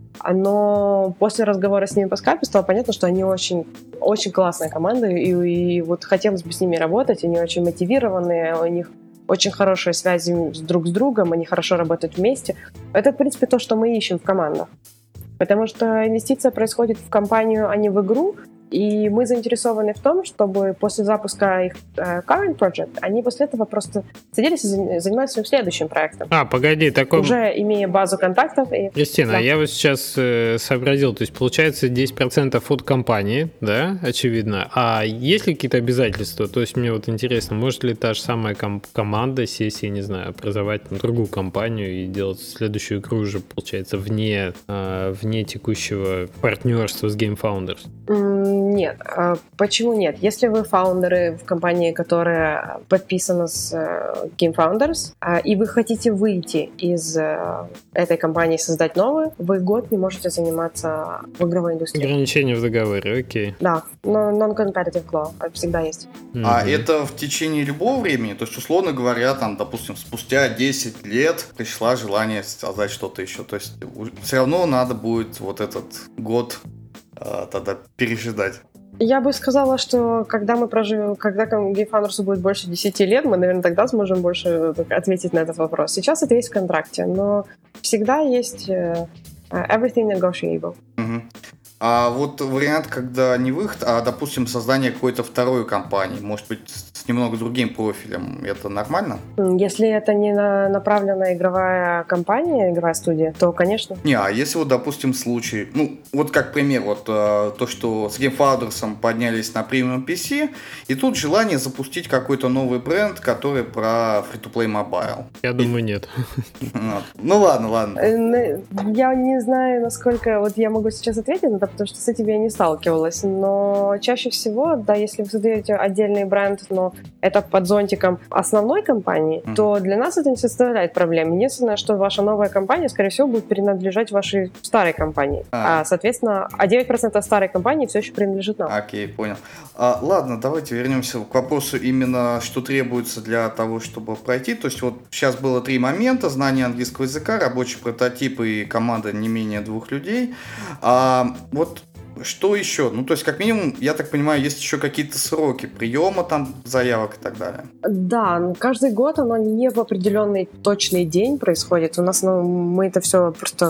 Но после разговора с ними по скайпу стало понятно, что они очень, очень классная команда, и, и вот хотелось бы с ними работать, они очень мотивированные, у них очень хорошие связи друг с другом, они хорошо работают вместе. Это, в принципе, то, что мы ищем в командах. Потому что инвестиция происходит в компанию, а не в игру, и мы заинтересованы в том, чтобы после запуска их uh, current project, они после этого просто садились и занимались своим следующим проектом. А, погоди, такой... Уже имея базу контактов. И... Кристина, да. Я вот сейчас э, сообразил, то есть получается десять процентов от компании, да, очевидно. А есть ли какие-то обязательства? То есть мне вот интересно, может ли та же самая ком- команда сесть, я не знаю, образовать там, другую компанию и делать следующую игру уже, получается, вне, э, вне текущего партнерства с Game Founders? Mm. Нет. Почему нет? Если вы фаундеры в компании, которая подписана с Game Founders, и вы хотите выйти из этой компании и создать новую, вы год не можете заниматься в игровой индустрии. Ограничения в договоре, окей. Да, но non-competitive clause всегда есть. Mm-hmm. А это в течение любого времени? То есть, условно говоря, там, допустим, спустя десять лет пришла желание создать что-то еще. То есть, все равно надо будет вот этот год тогда пережидать. Я бы сказала, что когда мы проживем, когда Game Founders будет больше десяти лет, мы, наверное, тогда сможем больше ответить на этот вопрос. Сейчас это есть в контракте, но всегда есть uh, everything negotiable. Uh-huh. А вот вариант, когда не выход, а, допустим, создание какой-то второй компании, может быть, с немного другим профилем, это нормально? Если это не на направленная игровая компания, игровая студия, то, конечно. Не, а если вот, допустим, случай, ну, вот как пример, вот то, что с Game Founders поднялись на премиум пи си, и тут желание запустить какой-то новый бренд, который про free-to-play mobile. Я думаю, нет. Ну ладно, ладно. Я не знаю, насколько, вот я могу сейчас ответить на это, потому что с этим я не сталкивалась, но чаще всего, да, если вы создаете отдельный бренд, но это под зонтиком основной компании, mm-hmm. то для нас это не составляет проблем. Единственное, что ваша новая компания, скорее всего, будет принадлежать вашей старой компании. А, а соответственно, а девять процентов старой компании все еще принадлежит нам. Окей, понял. А, ладно, давайте вернемся к вопросу именно, что требуется для того, чтобы пройти. То есть вот сейчас было три момента: знание английского языка, рабочий прототип и команда не менее двух людей. А, вот что еще? Ну, то есть, как минимум, я так понимаю, есть еще какие-то сроки приема там заявок и так далее. Да, каждый год оно не в определенный точный день происходит. У нас, ну, мы это все просто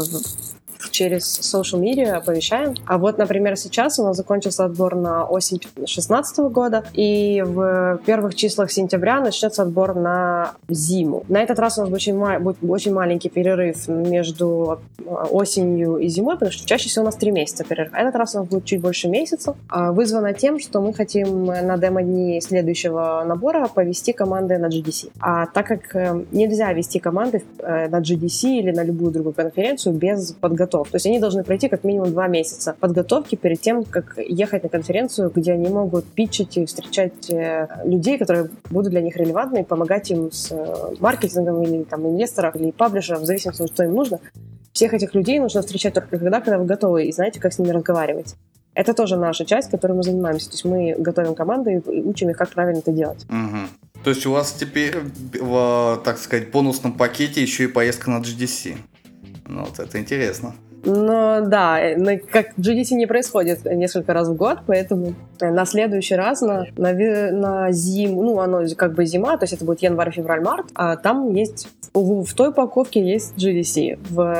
через social media оповещаем. А вот, например, сейчас у нас закончился отбор на осень две тысячи шестнадцатого года, и в первых числах сентября начнется отбор на зиму. На этот раз у нас будет очень, ма- будет очень маленький перерыв между осенью и зимой, потому что чаще всего у нас три месяца перерыв. А этот раз у нас будет чуть больше месяца, вызвано тем, что мы хотим на демо-дни следующего набора повести команды на джи ди си. А так как нельзя вести команды на джи ди си или на любую другую конференцию без подготовки, то есть они должны пройти как минимум два месяца подготовки перед тем, как ехать на конференцию, где они могут питчить и встречать людей, которые будут для них релевантны, и помогать им с маркетингом или там, инвесторов, или паблишеров, в зависимости от того, что им нужно. Всех этих людей нужно встречать только тогда, когда вы готовы, и знаете, как с ними разговаривать. Это тоже наша часть, которой мы занимаемся. То есть мы готовим команды и учим их, как правильно это делать. Угу. То есть у вас теперь, в, так сказать, бонусном пакете еще и поездка на джи ди си. Ну, вот это интересно. Но да, как джи ди си не происходит несколько раз в год, поэтому на следующий раз, на, на, на зиму, ну, оно как бы зима, то есть это будет январь, февраль, март, а там есть, в, в той упаковке есть джи ди си.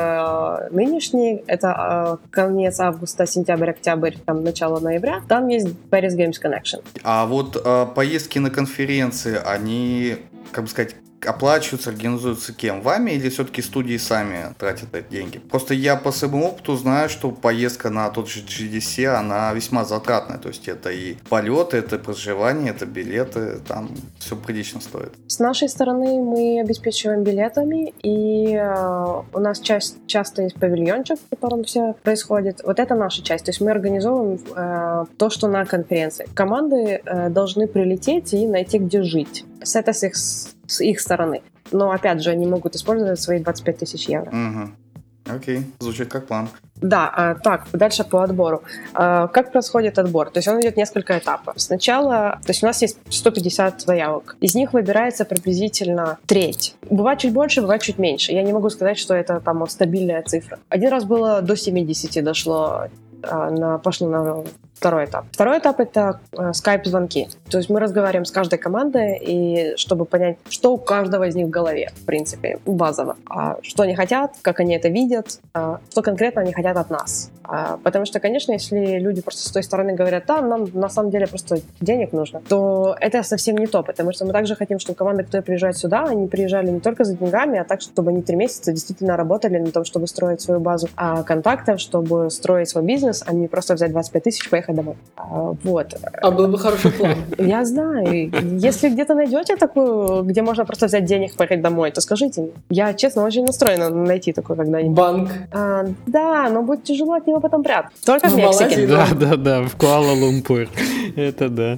В нынешней, это конец августа, сентябрь, октябрь, там, начало ноября, там есть Paris Games Connection. А вот а, поездки на конференции, они, как бы сказать, оплачиваются, организуются кем? Вами или все-таки студии сами тратят эти деньги? Просто я по своему опыту знаю, что поездка на тот же джи ди си, она весьма затратная. То есть это и полеты, это проживание, это билеты, там все прилично стоит. С нашей стороны мы обеспечиваем билетами, и э, у нас часть, часто есть павильончик, в котором все происходит. Вот это наша часть. То есть мы организовываем э, то, что на конференции. Команды э, должны прилететь и найти, где жить. С это с их, с их стороны. Но, опять же, они могут использовать свои двадцать пять тысяч евро. Угу. Окей, звучит как план. Да, э, так, дальше по отбору. Э, как происходит отбор? То есть он идет несколько этапов. Сначала, то есть у нас есть сто пятьдесят заявок. Из них выбирается приблизительно треть. Бывает чуть больше, бывает чуть меньше. Я не могу сказать, что это там вот стабильная цифра. Один раз было до семидесяти дошло, э, на, пошло на второй этап. Второй этап — это э, скайп-звонки. То есть мы разговариваем с каждой командой, и чтобы понять, что у каждого из них в голове, в принципе, базово. А что они хотят, как они это видят, а что конкретно они хотят от нас. А, потому что, конечно, если люди просто с той стороны говорят, да, нам на самом деле просто денег нужно, то это совсем не то, потому что мы также хотим, чтобы команды, которые приезжают сюда, они приезжали не только за деньгами, а так, чтобы они три месяца действительно работали на том, чтобы строить свою базу а, контактов, чтобы строить свой бизнес, а не просто взять двадцать пять тысяч и поехать домой. А, вот. А был бы хороший план. Я знаю. Если где-то найдете такую, где можно просто взять денег и поехать домой, то скажите мне. Я, честно, очень настроена найти такую когда-нибудь. Банк. А, да, но будет тяжело от него потом прятать. Только в, в Мексике. Малайзии, Да, да, да, в Куала-Лумпур. Это да.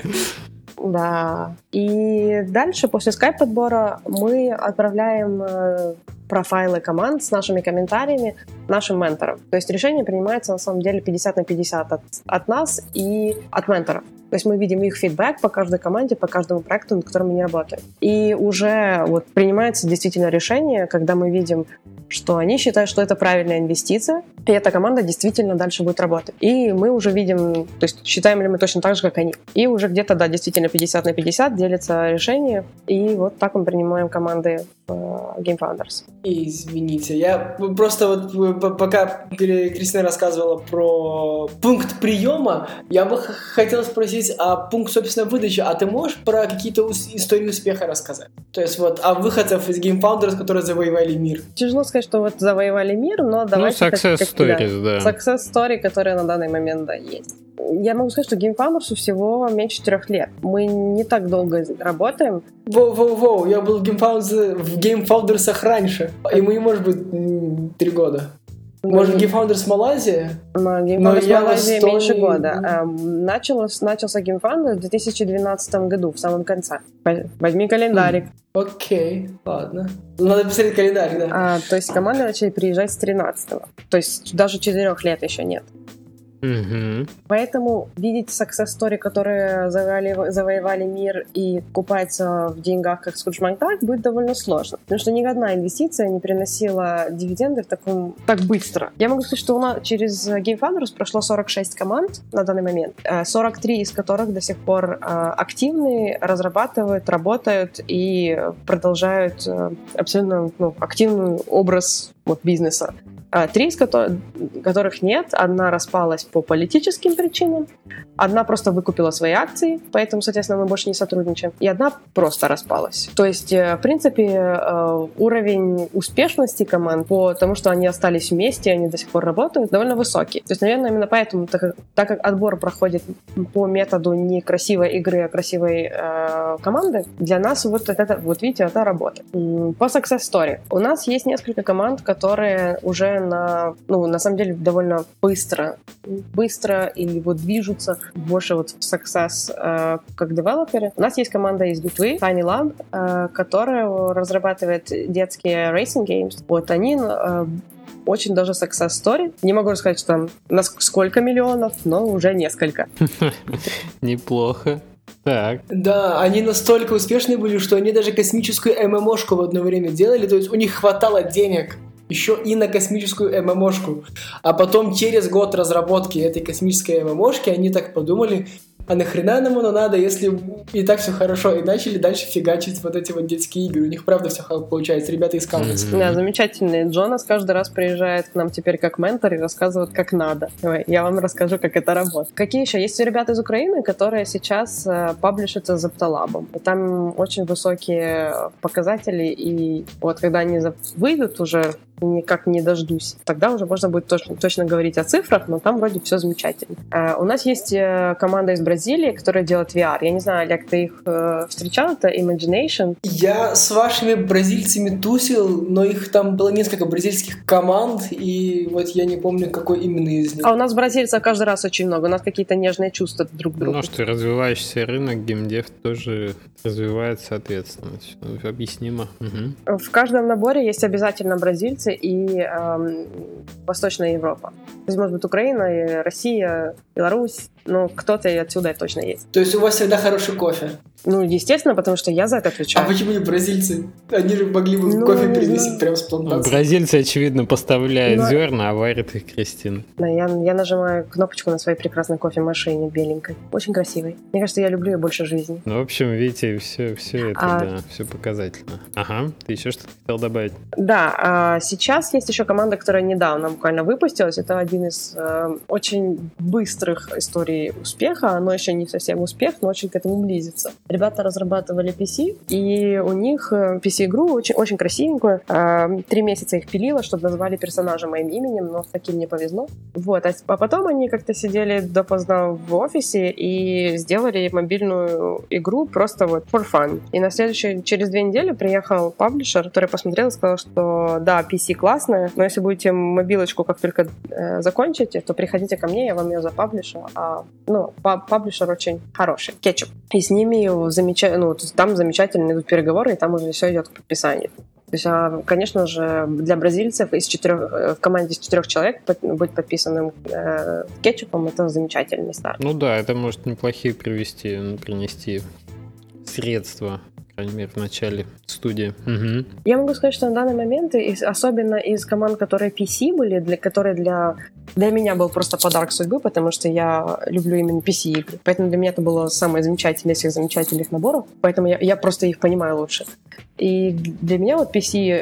Да. И дальше, после скайп-подбора, мы отправляем э, профайлы команд с нашими комментариями нашим менторам. То есть решение принимается, на самом деле, пятьдесят на пятьдесят от, от нас и от менторов. То есть мы видим их фидбэк по каждой команде, по каждому проекту, над которым они работают. И уже вот принимается действительно решение, когда мы видим, что они считают, что это правильная инвестиция, и эта команда действительно дальше будет работать. И мы уже видим, то есть считаем ли мы точно так же, как они. И уже где-то, да, действительно пятьдесят на пятьдесят делится решение, и вот так мы принимаем команды в Game Founders. Извините, я просто вот пока Кристина рассказывала про пункт приема, я бы хотел спросить, а пункт, собственно, выдачи, а ты можешь про какие-то истории успеха рассказать? То есть вот о выходцев из Game Founders, которые завоевали мир. Тяжело сказать, что вот завоевали мир, но давайте... Ну, success как, stories, да. да. Success story, которые на данный момент, да, есть. Я могу сказать, что Game Founders всего меньше трех лет. Мы не так долго работаем. Воу-воу-воу, я был в Game Founders, в Game Founders раньше. Ему не может быть три года. Может, Game Founders Малайзия? Game Founders Малайзия меньше года. Начался, начался Game Founders в две тысячи двенадцатом году, в самом конце. Возьми календарик. Окей, okay, ладно. Надо посмотреть календарь, да. А, то есть команды начали приезжать с тринадцатого. То есть даже четырех лет еще нет. Mm-hmm. Поэтому видеть success story, которые завоевали, завоевали мир и купаются в деньгах, как Скрудж Макдак, будет довольно сложно. Потому что ни одна инвестиция не приносила дивиденды в таком, так быстро. Я могу сказать, что у нас через Game Founders прошло сорок шесть команд на данный момент, сорок три из которых до сих пор активны, разрабатывают, работают и продолжают абсолютно ну, активный образ вот, бизнеса. Три из которых, которых нет. Одна распалась по политическим причинам, одна просто выкупила свои акции, поэтому, соответственно, мы больше не сотрудничаем, и одна просто распалась. То есть, в принципе, уровень успешности команд, потому что они остались вместе, они до сих пор работают, довольно высокий. То есть, наверное, именно поэтому, так как, так как отбор проходит по методу не красивой игры, а красивой э, команды, для нас вот это, вот видите, это работа. По success story. У нас есть несколько команд, которые уже на, ну, на самом деле довольно быстро, быстро или вот движутся больше вот в success э, как девелоперы. У нас есть команда из Литвы, Tiny Lab, э, которая разрабатывает детские racing games. Вот они э, очень даже success story. Не могу сказать, что там на сколько миллионов, но уже несколько. Неплохо. Так. Да, они настолько успешные были, что они даже космическую эм эм о-шку в одно время делали, то есть у них хватало денег еще и на космическую эм эм о-шку. А потом через год разработки этой космической эм эм о-шки они так подумали, а нахрена нам оно надо, если и так все хорошо, и начали дальше фигачить вот эти вот детские игры. У них правда все получается, ребята из Камбус. Mm-hmm. Да, замечательный. Джонас каждый раз приезжает к нам теперь как ментор и рассказывает, как надо. Давай, я вам расскажу, как это работает. Какие еще? Есть ребята из Украины, которые сейчас э, паблишатся Zeptolab. И там очень высокие показатели, и вот когда они выйдут уже, никак не дождусь. Тогда уже можно будет точно, точно говорить о цифрах, но там вроде все замечательно. А, у нас есть команда из Бразилии, которая делает ви ар. Я не знаю, Олег, ты их э, встречал? Это Imagination. Я с вашими бразильцами тусил, но их там было несколько бразильских команд, и вот я не помню, какой именно из них. А у нас бразильцев каждый раз очень много. У нас какие-то нежные чувства друг к другу. Ну что, развивающийся рынок, геймдев тоже развивает, соответственно. Все объяснимо. Угу. В каждом наборе есть обязательно бразильцы и эм, Восточная Европа. То есть, может быть, Украина, и Россия, Беларусь, но кто-то и отсюда точно есть. То есть у вас всегда хороший кофе? Ну, естественно, потому что я за это отвечаю. А почему не бразильцы? Они же могли бы ну, кофе принести прямо с плантации. Бразильцы, очевидно, поставляют но... зерна, а варят их Кристина. Да, я, я нажимаю кнопочку на своей прекрасной кофемашине беленькой. Очень красивой. Мне кажется, я люблю ее больше жизни. Ну, в общем, видите, все, все это, а... да, все показательно. Ага, ты еще что-то хотел добавить? Да, а сейчас есть еще команда, которая недавно буквально выпустилась. Это один из э, очень быстрых историй успеха. Оно еще не совсем успех, но очень к этому близится. Ребята разрабатывали пи си, и у них пи си-игру очень, очень красивенькую. Три месяца их пилило, чтобы назвали персонажа моим именем, но с таким не повезло. Вот. А потом они как-то сидели допоздна в офисе и сделали мобильную игру просто вот for fun. И на следующий, через две недели приехал паблишер, который посмотрел и сказал, что да, пи си классная, но если будете мобилочку как только э, закончите, то приходите ко мне, я вам ее запаблишу. А, ну, паблишер очень хороший. Кетчуп. И с ними замеча... ну, там замечательно идут переговоры, и там уже все идет к подписанию. То есть, конечно же, для бразильцев из четырех, в команде из четырех человек быть подписанным э, кетчупом — это замечательный старт. Ну да, это может неплохие привести, принести средства, по крайней мере, в начале студии. Угу. Я могу сказать, что на данный момент, особенно из команд, которые пи си были, для, которые для, для меня был просто подарок судьбы, потому что я люблю именно пи си-игры. Поэтому для меня это было самое замечательное из всех замечательных наборов. Поэтому я, я просто их понимаю лучше. И для меня вот пи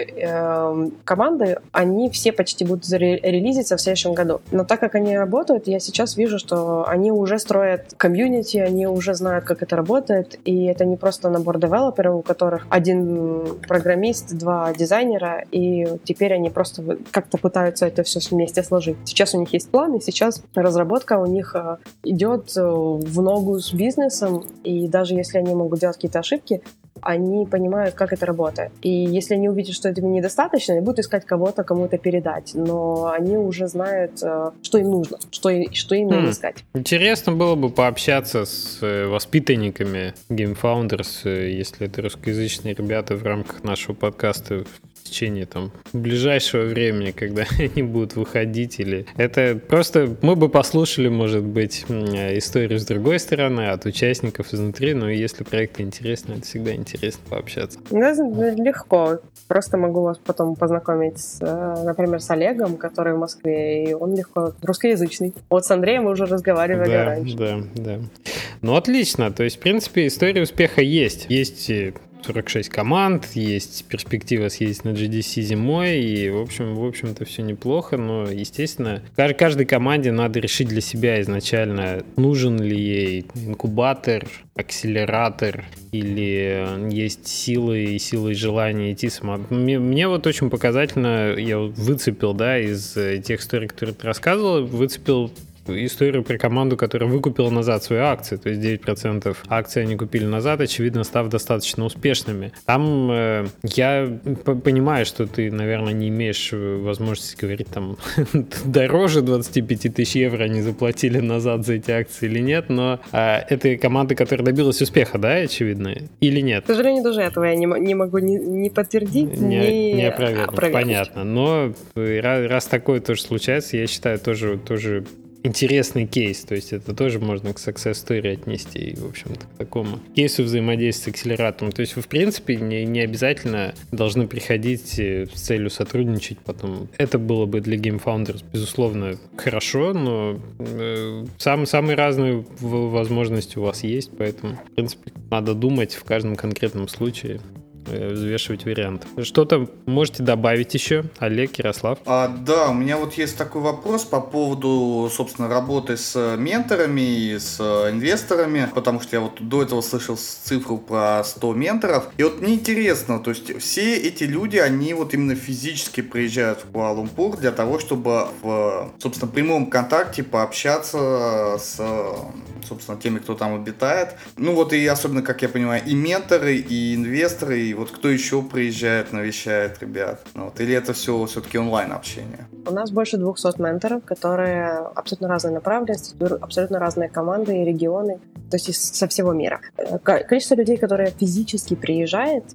си-команды, э, они все почти будут ре- релизиться в следующем году. Но так как они работают, я сейчас вижу, что они уже строят комьюнити, они уже знают, как это работает, и это не просто набор девелоперов, у которых один программист, два дизайнера, и теперь они просто как-то пытаются это все вместе сложить. Сейчас у них есть план, и сейчас разработка у них идет в ногу с бизнесом, и даже если они могут делать какие-то ошибки, они понимают, как это работает. И если они увидят, что этого недостаточно, они будут искать кого-то, кому это передать. Но они уже знают, что им нужно, что, что им надо искать. Интересно было бы пообщаться с воспитанниками Game Founders, если это русскоязычные ребята, в рамках нашего подкаста в течение там ближайшего времени, когда они будут выходить. Или это просто мы бы послушали, может быть, историю с другой стороны, от участников изнутри, но если проект интересный, это всегда интересно пообщаться. Да, легко. Просто могу вас потом познакомить, с, например, с Олегом, который в Москве, и он легко русскоязычный. Вот с Андреем мы уже разговаривали да, раньше. Да, да. Ну, отлично. То есть, в принципе, история успеха есть. Есть сорок шесть команд, есть перспектива съездить на джи ди си зимой, и, в общем, в общем-то, все неплохо, но, естественно, каждой команде надо решить для себя изначально, нужен ли ей инкубатор, акселератор, или есть силы и силы и желание идти сама. Мне, мне вот очень показательно, я выцепил, да, из тех историй, которые ты рассказывал, выцепил историю про команду, которая выкупила назад свои акции, то есть девять процентов акций они купили назад, очевидно, став достаточно успешными. Там э, я п- понимаю, что ты, наверное, не имеешь возможности говорить там дороже двадцать пять тысяч евро они заплатили назад за эти акции или нет, но э, это команда, которая добилась успеха, да, очевидно, или нет? К сожалению, даже этого я не, не могу ни, ни подтвердить, не, ни не опровергнуть. опровергнуть. Понятно, но раз, раз такое тоже случается, я считаю, тоже, тоже интересный кейс, то есть это тоже можно к success story отнести, и, в общем-то, к такому кейсу взаимодействия с акселератором. То есть вы, в принципе, не, не обязательно должны приходить с целью сотрудничать потом. Это было бы для Game Founders, безусловно, хорошо, но э, сам, самые разные возможности у вас есть, поэтому, в принципе, надо думать в каждом конкретном случае, взвешивать варианты. Что-то можете добавить еще, Олег, Ярослав? А, да, у меня вот есть такой вопрос по поводу, собственно, работы с менторами и с инвесторами, потому что я вот до этого слышал цифру про сто менторов. И вот мне интересно, то есть все эти люди, они вот именно физически приезжают в Куала-Лумпур для того, чтобы в, собственно, прямом контакте пообщаться с, собственно, теми, кто там обитает. Ну вот и особенно, как я понимаю, и менторы, и инвесторы, и вот кто еще приезжает, навещает ребят? Ну, вот, или это все все-таки онлайн общение? У нас больше двухсот менторов, которые абсолютно разные направленности, абсолютно разные команды и регионы, то есть со всего мира. Количество людей, которые физически приезжают,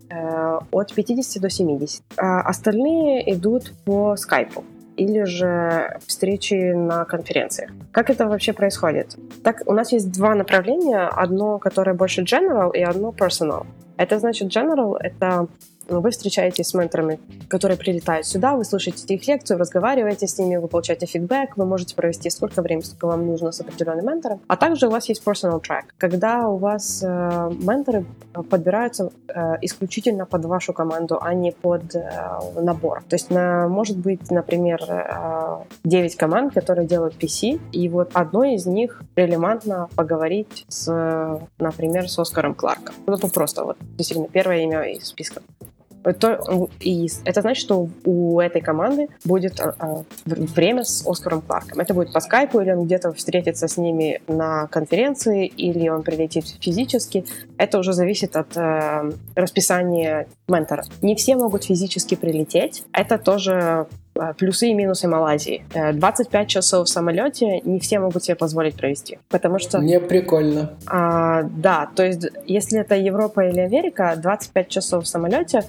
от пятидесяти до семидесяти. А остальные идут по скайпу или же встречи на конференциях. Как это вообще происходит? Так, у нас есть два направления. Одно, которое больше general, и одно personal. Это значит general — это вы встречаетесь с менторами, которые прилетают сюда, вы слушаете их лекцию, разговариваете с ними, вы получаете фидбэк, вы можете провести столько времени, сколько вам нужно с определенным ментором. А также у вас есть personal track, когда у вас э, менторы подбираются э, исключительно под вашу команду, а не под э, набор. То есть на, может быть, например, э, девять команд, которые делают пи си, и вот одной из них релевантно поговорить с, например, с Оскаром Кларком. Ну, это просто вот действительно первое имя из списка. То, и это значит, что у этой команды будет а, время с Оскаром Кларком. Это будет по скайпу, или он где-то встретится с ними на конференции, или он прилетит физически. Это уже зависит от а, расписания ментора. Не все могут физически прилететь. Это тоже плюсы и минусы Малайзии. двадцать пять часов в самолете не все могут себе позволить провести. Потому что... Мне прикольно. А, да, то есть если это Европа или Америка, двадцать пять часов в самолете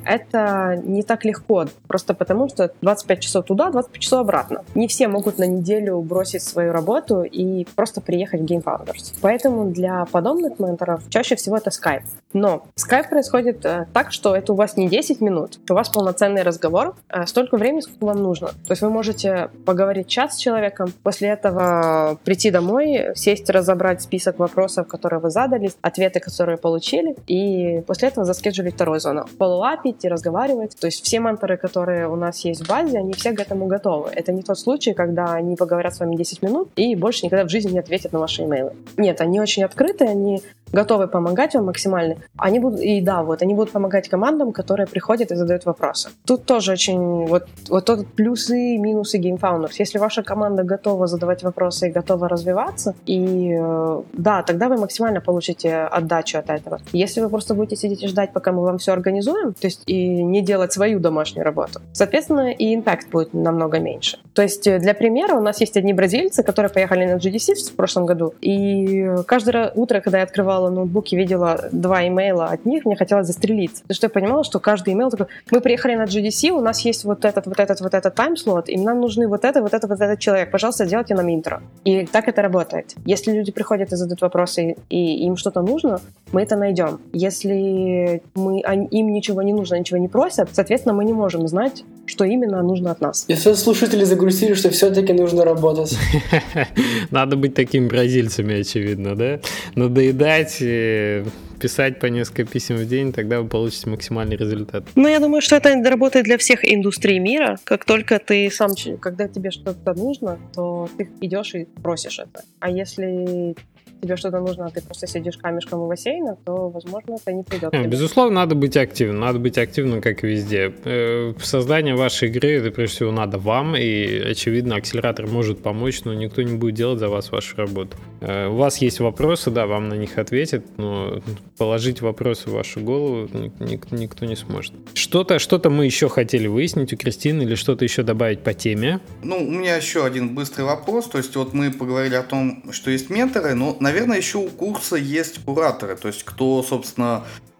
это не так легко, просто потому что двадцать пять часов туда, двадцать пять часов обратно. Не все могут на неделю бросить свою работу и просто приехать в Game Founders. Поэтому для подобных менторов чаще всего это скайп. Но скайп происходит э, так, что это у вас не десять минут, у вас полноценный разговор, э, столько времени, сколько вам нужно. То есть вы можете поговорить час с человеком, после этого прийти домой, сесть, разобрать список вопросов, которые вы задали, ответы, которые получили, и после этого заскеджулить вторую зону. Фоллоуапить и разговаривать. То есть все менторы, которые у нас есть в базе, они все к этому готовы. Это не тот случай, когда они поговорят с вами десять минут и больше никогда в жизни не ответят на ваши имейлы. Нет, они очень открыты, они готовы помогать вам максимально. Они будут, и да, вот, они будут помогать командам, которые приходят и задают вопросы. Тут тоже очень, вот, вот тот плюсы и минусы Game Founders. Если ваша команда готова задавать вопросы и готова развиваться, и да, тогда вы максимально получите отдачу от этого. Если вы просто будете сидеть и ждать, пока мы вам все организуем, то есть и не делать свою домашнюю работу, соответственно, и импакт будет намного меньше. То есть для примера, у нас есть одни бразильцы, которые поехали на джи ди си в прошлом году, и каждое утро, когда я открывала ноутбук и видела два имейла от них, мне хотелось застрелиться. Потому что я понимала, что каждый имейл такой: мы приехали на джи ди си, у нас есть вот этот, вот этот, вот этот тайм-слот, и нам нужны вот это, вот это, вот этот человек. Пожалуйста, делайте нам интро. И так это работает. Если люди приходят и задают вопросы, и им что-то нужно, мы это найдем. Если мы, им ничего не нужно, ничего не просят, соответственно, мы не можем знать, что именно нужно от нас. И все слушатели загрустили, что все-таки нужно работать. Надо быть такими бразильцами, очевидно, да? Надоедать, писать по несколько писем в день, тогда вы получите максимальный результат. Ну, я думаю, что это работает для всех индустрий мира. Как только ты сам, когда тебе что-то нужно, то ты идешь и просишь это. А если тебе что-то нужно, а ты просто сидишь камешком у бассейна, то, возможно, это не придет. Безусловно, надо быть активным. Надо быть активным, как и везде. Создание вашей игры, это, прежде всего, надо вам, и, очевидно, акселератор может помочь, но никто не будет делать за вас вашу работу. У вас есть вопросы, да, вам на них ответят, но положить вопросы в вашу голову никто не сможет. Что-то, что-то мы еще хотели выяснить у Кристины или что-то еще добавить по теме? Ну, у меня еще один быстрый вопрос. То есть вот мы поговорили о том, что есть менторы, но, наверное, еще у курса есть кураторы. То есть кто, собственно,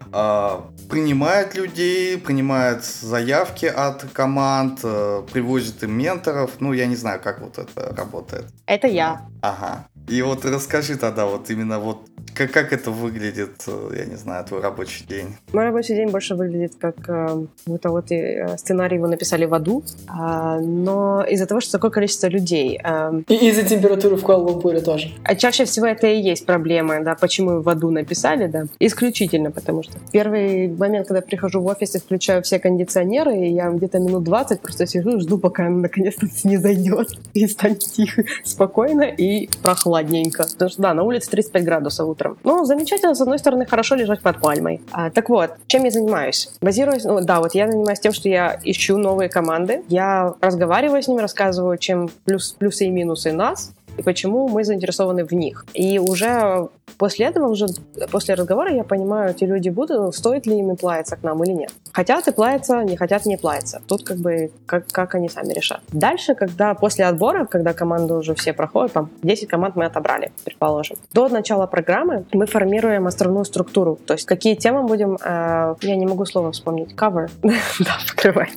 а, принимает людей, принимает заявки от команд, а, привозит им менторов. Ну, я не знаю, как вот это работает. Это я. Ага. И вот расскажи тогда вот именно вот как, как это выглядит, я не знаю, твой рабочий день? Мой рабочий день больше выглядит как э, будто вот и сценарий его написали в аду, э, но из-за того, что такое количество людей. Э, и из-за температуры в Куала-Лумпуре тоже. А чаще всего это и есть проблема, да, почему в аду написали, да, исключительно, потому что в первый момент, когда я прихожу в офис и включаю все кондиционеры, и я где-то минут двадцать просто сижу и жду, пока он наконец-то не зайдет, и станет тихо, спокойно и прохладненько. Потому что, да, на улице тридцать пять градусов утром. Ну, замечательно, с одной стороны, хорошо лежать под пальмой. А, так вот, чем я занимаюсь? Базируясь, ну, да, вот я занимаюсь тем, что я ищу новые команды, я разговариваю с ними, рассказываю, чем плюс, плюсы и минусы нас, и почему мы заинтересованы в них. И уже после этого, уже после разговора я понимаю, эти люди будут, стоит ли им плавиться к нам или нет. Хотят и плавиться, не хотят не плавиться. Тут как бы как, как они сами решат. Дальше, когда после отбора, когда команды уже все проходят, там десять команд мы отобрали, предположим. До начала программы мы формируем основную структуру. То есть какие темы будем, э, я не могу слово вспомнить, cover, да, покрывать.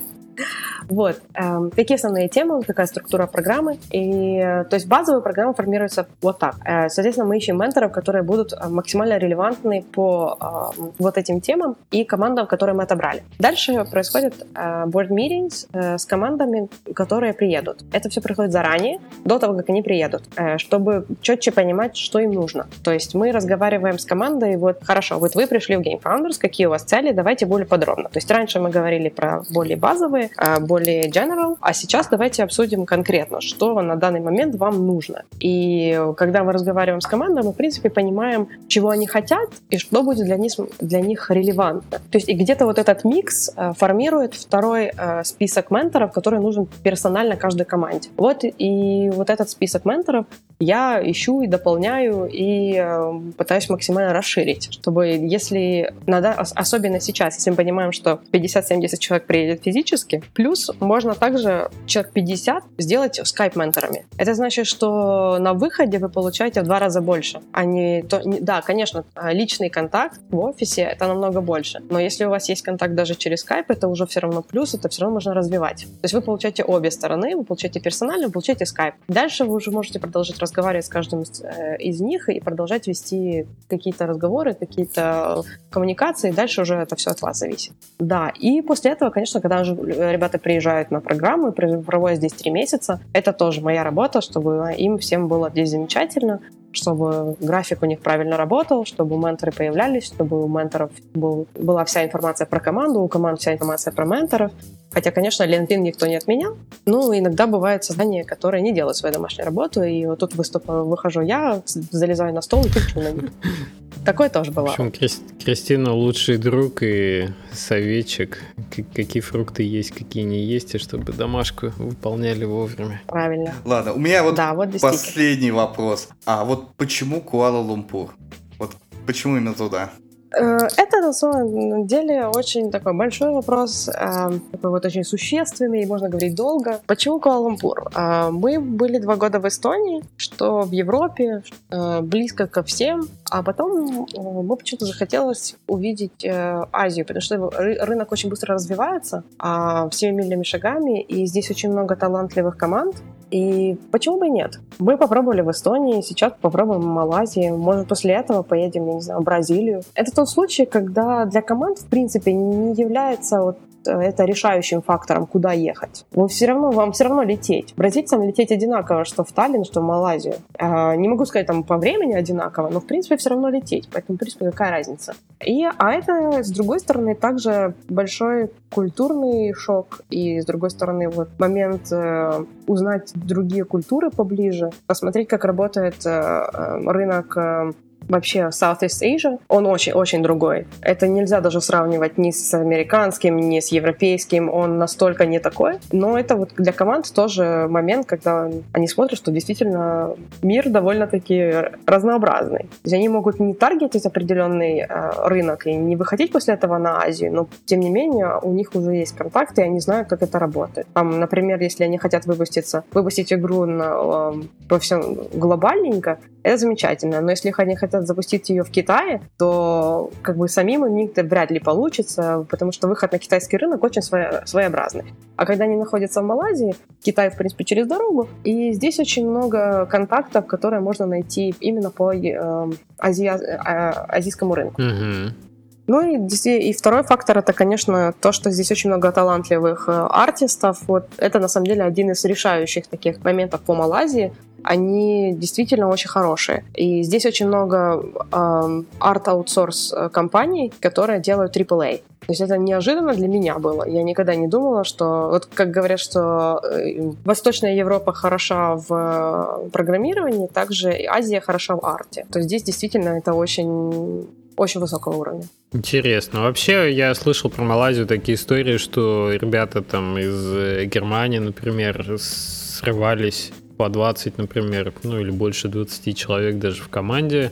Вот. Эм, какие основные темы, какая структура программы. И, то есть базовая программа формируется вот так. Э, соответственно, мы ищем менторов, которые будут максимально релевантны по э, вот этим темам и командам, которые мы отобрали. Дальше происходят э, board meetings э, с командами, которые приедут. Это все происходит заранее, до того, как они приедут, э, чтобы четче понимать, что им нужно. То есть мы разговариваем с командой, вот, хорошо, вот вы пришли в Game Founders, какие у вас цели, давайте более подробно. То есть раньше мы говорили про более базовые, более general, а сейчас давайте обсудим конкретно, что на данный момент вам нужно. И когда мы разговариваем с командой, мы, в принципе, понимаем, чего они хотят и что будет для них, для них релевантно. То есть и где-то вот этот микс формирует второй список менторов, который нужен персонально каждой команде. Вот и вот этот список менторов я ищу и дополняю и пытаюсь максимально расширить, чтобы если, надо, особенно сейчас, если мы понимаем, что пятьдесят-семьдесят человек приедет физически, плюс можно также человек пятьдесят сделать скайп-менторами. Это значит, что на выходе вы получаете в два раза больше. А не то, не, да, конечно, личный контакт в офисе — это намного больше. Но если у вас есть контакт даже через скайп, это уже все равно плюс, это все равно можно развивать. То есть вы получаете обе стороны, вы получаете персонально, вы получаете скайп. Дальше вы уже можете продолжить разговаривать с каждым из них и продолжать вести какие-то разговоры, какие-то коммуникации. Дальше уже это все от вас зависит. Да, и после этого, конечно, когда уже ребята приезжают на программу и проводят здесь три месяца, это тоже моя работа, чтобы им всем было здесь замечательно, чтобы график у них правильно работал, чтобы менторы появлялись, чтобы у менторов был, была вся информация про команду, у команд вся информация про менторов. Хотя, конечно, LinkedIn никто не отменял. Ну, иногда бывают создания, которые не делают свою домашнюю работу, и вот тут выступаю, выхожу я, залезаю на стол и кричу на них. Такое тоже бывало. В общем, Кристина лучший друг и советчик. Какие фрукты есть, какие не есть, и чтобы домашку выполняли вовремя. Правильно. Ладно, у меня вот, да, вот последний вопрос. А вот почему Куала-Лумпур? Вот почему именно туда? Это на самом деле очень такой большой вопрос, такой вот очень существенный, можно говорить долго. Почему Куала-Лумпур? Мы были два года в Эстонии, что в Европе, близко ко всем, а потом мы почему-то захотелось увидеть Азию, потому что рынок очень быстро развивается семимильными шагами, и здесь очень много талантливых команд. И почему бы и нет? Мы попробовали в Эстонии, сейчас попробуем в Малайзии, может, после этого поедем, я не знаю, в Бразилию. Это тот случай, когда для команд, в принципе, не является вот это решающим фактором, куда ехать. Вы все равно, вам все равно лететь. Бразильцам лететь одинаково, что в Таллин, что в Малайзию. А, не могу сказать, там по времени одинаково, но в принципе все равно лететь. Поэтому, в принципе, какая разница? И, а это, с другой стороны, также большой культурный шок. И, с другой стороны, вот момент э, узнать другие культуры поближе, посмотреть, как работает э, рынок э, вообще Southeast Asia, он очень-очень другой. Это нельзя даже сравнивать ни с американским, ни с европейским, он настолько не такой. Но это вот для команд тоже момент, когда они смотрят, что действительно мир довольно-таки разнообразный. То есть они могут не таргетить определенный э, рынок и не выходить после этого на Азию, но тем не менее у них уже есть контакты, и они знают, как это работает. Там, например, если они хотят выпуститься, выпустить игру на, э, по всем глобальненько, это замечательно. Но если они хотят хотят запустить ее в Китае, то как бы самим у них это вряд ли получится, потому что выход на китайский рынок очень своеобразный. А когда они находятся в Малайзии, Китай, в принципе, через дорогу, и здесь очень много контактов, которые можно найти именно по э, азия, э, азийскому рынку. Mm-hmm. Ну и, и второй фактор — это, конечно, то, что здесь очень много талантливых э, артистов. Вот это, на самом деле, один из решающих таких моментов по Малайзии. Они действительно очень хорошие. И здесь очень много э, арт-аутсорс компаний, которые делают трипл эй. То есть это неожиданно для меня было. Я никогда не думала, что... Вот как говорят, что Восточная Европа хороша в программировании, также и Азия хороша в арте. То есть здесь действительно это очень... очень высокого уровня. Интересно. Вообще, я слышал про Малайзию такие истории, что ребята там из Германии, например, срывались по двадцать, например, ну или больше двадцать человек даже в команде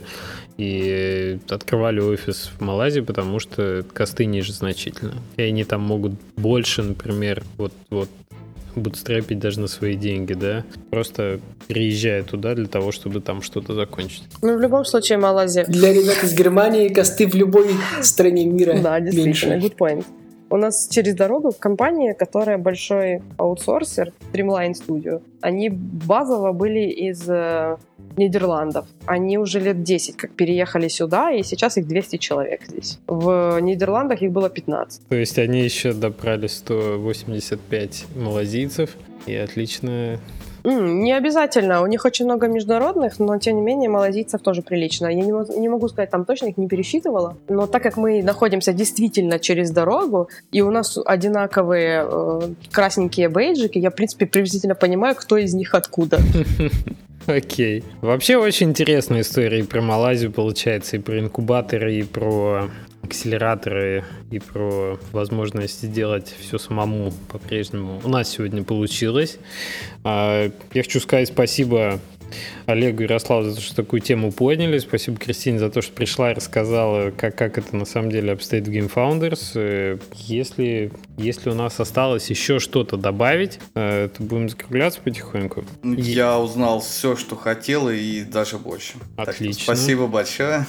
и открывали офис в Малайзии, потому что косты ниже значительно. И они там могут больше, например, вот, вот бутстрепить даже на свои деньги, да, просто переезжая туда для того, чтобы там что-то закончить. Ну, в любом случае, Малайзия... Для ребят из Германии косты в любой стране мира да, действительно, меньше. Good point. У нас через дорогу компания, которая большой аутсорсер, Streamline Studio, они базово были из э, Нидерландов. Они уже лет десять как переехали сюда, и сейчас их двести человек здесь. В Нидерландах их было пятнадцать. То есть они еще добрали сто восемьдесят пять малазийцев, и отлично... Mm, не обязательно. У них очень много международных, но, тем не менее, малазийцев тоже прилично. Я не, не могу сказать, там точно их не пересчитывала, но так как мы находимся действительно через дорогу, и у нас одинаковые э, красненькие бейджики, я, в принципе, приблизительно понимаю, кто из них откуда. Окей. Okay. Вообще очень интересная история и про Малайзию, получается, и про инкубаторы, и про акселераторы, и про возможность сделать все самому по-прежнему. У нас сегодня получилось. Я хочу сказать спасибо Олегу и Ярославу за то, что такую тему подняли. Спасибо Кристине за то, что пришла и рассказала, как, как это на самом деле обстоит в Game Founders. Если, если у нас осталось еще что-то добавить, то будем закругляться потихоньку. Я узнал все, что хотел, и даже больше. Отлично. Так, спасибо большое.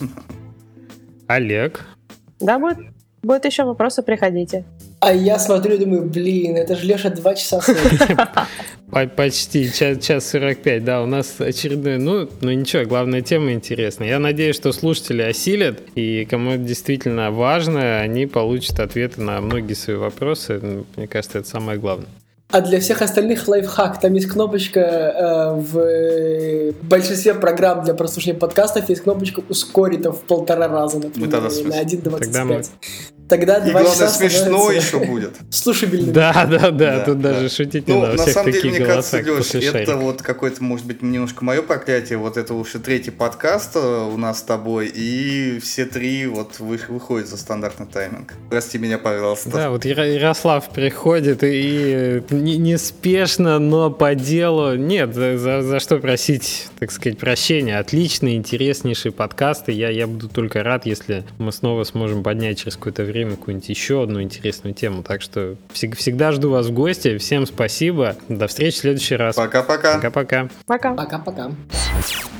Олег? Да, будет, будет еще вопросы, приходите. А я смотрю и думаю, блин, это же Леша два часа смотрит. Почти, час сорок пять, да, у нас очередной, ну, ну ничего, главная тема интересная. Я надеюсь, что слушатели осилят, и кому это действительно важно, они получат ответы на многие свои вопросы. Мне кажется, это самое главное. А для всех остальных лайфхак. Там есть кнопочка э, в большинстве программ для прослушивания подкастов, есть кнопочка ускорить в полтора раза, например, на один двадцать пять. Тогда и главное, смешно еще будет. Слушабельно. Да, да, да, тут даже шутить не надо. Ну, на самом деле, мне кажется, Леш, это вот какое-то, может быть, немножко мое проклятие. Вот это уже третий подкаст у нас с тобой, и все три вот выходят за стандартный тайминг. Прости меня, пожалуйста. Да, вот Ярослав приходит и неспешно, но по делу. Нет, за, за что просить, так сказать, прощения. Отличные, интереснейшие подкасты. Я, я буду только рад, если мы снова сможем поднять через какое-то время какую-нибудь еще одну интересную тему. Так что всегда жду вас в гости. Всем спасибо. До встречи в следующий раз. Пока-пока. Пока-пока. Пока. Пока-пока.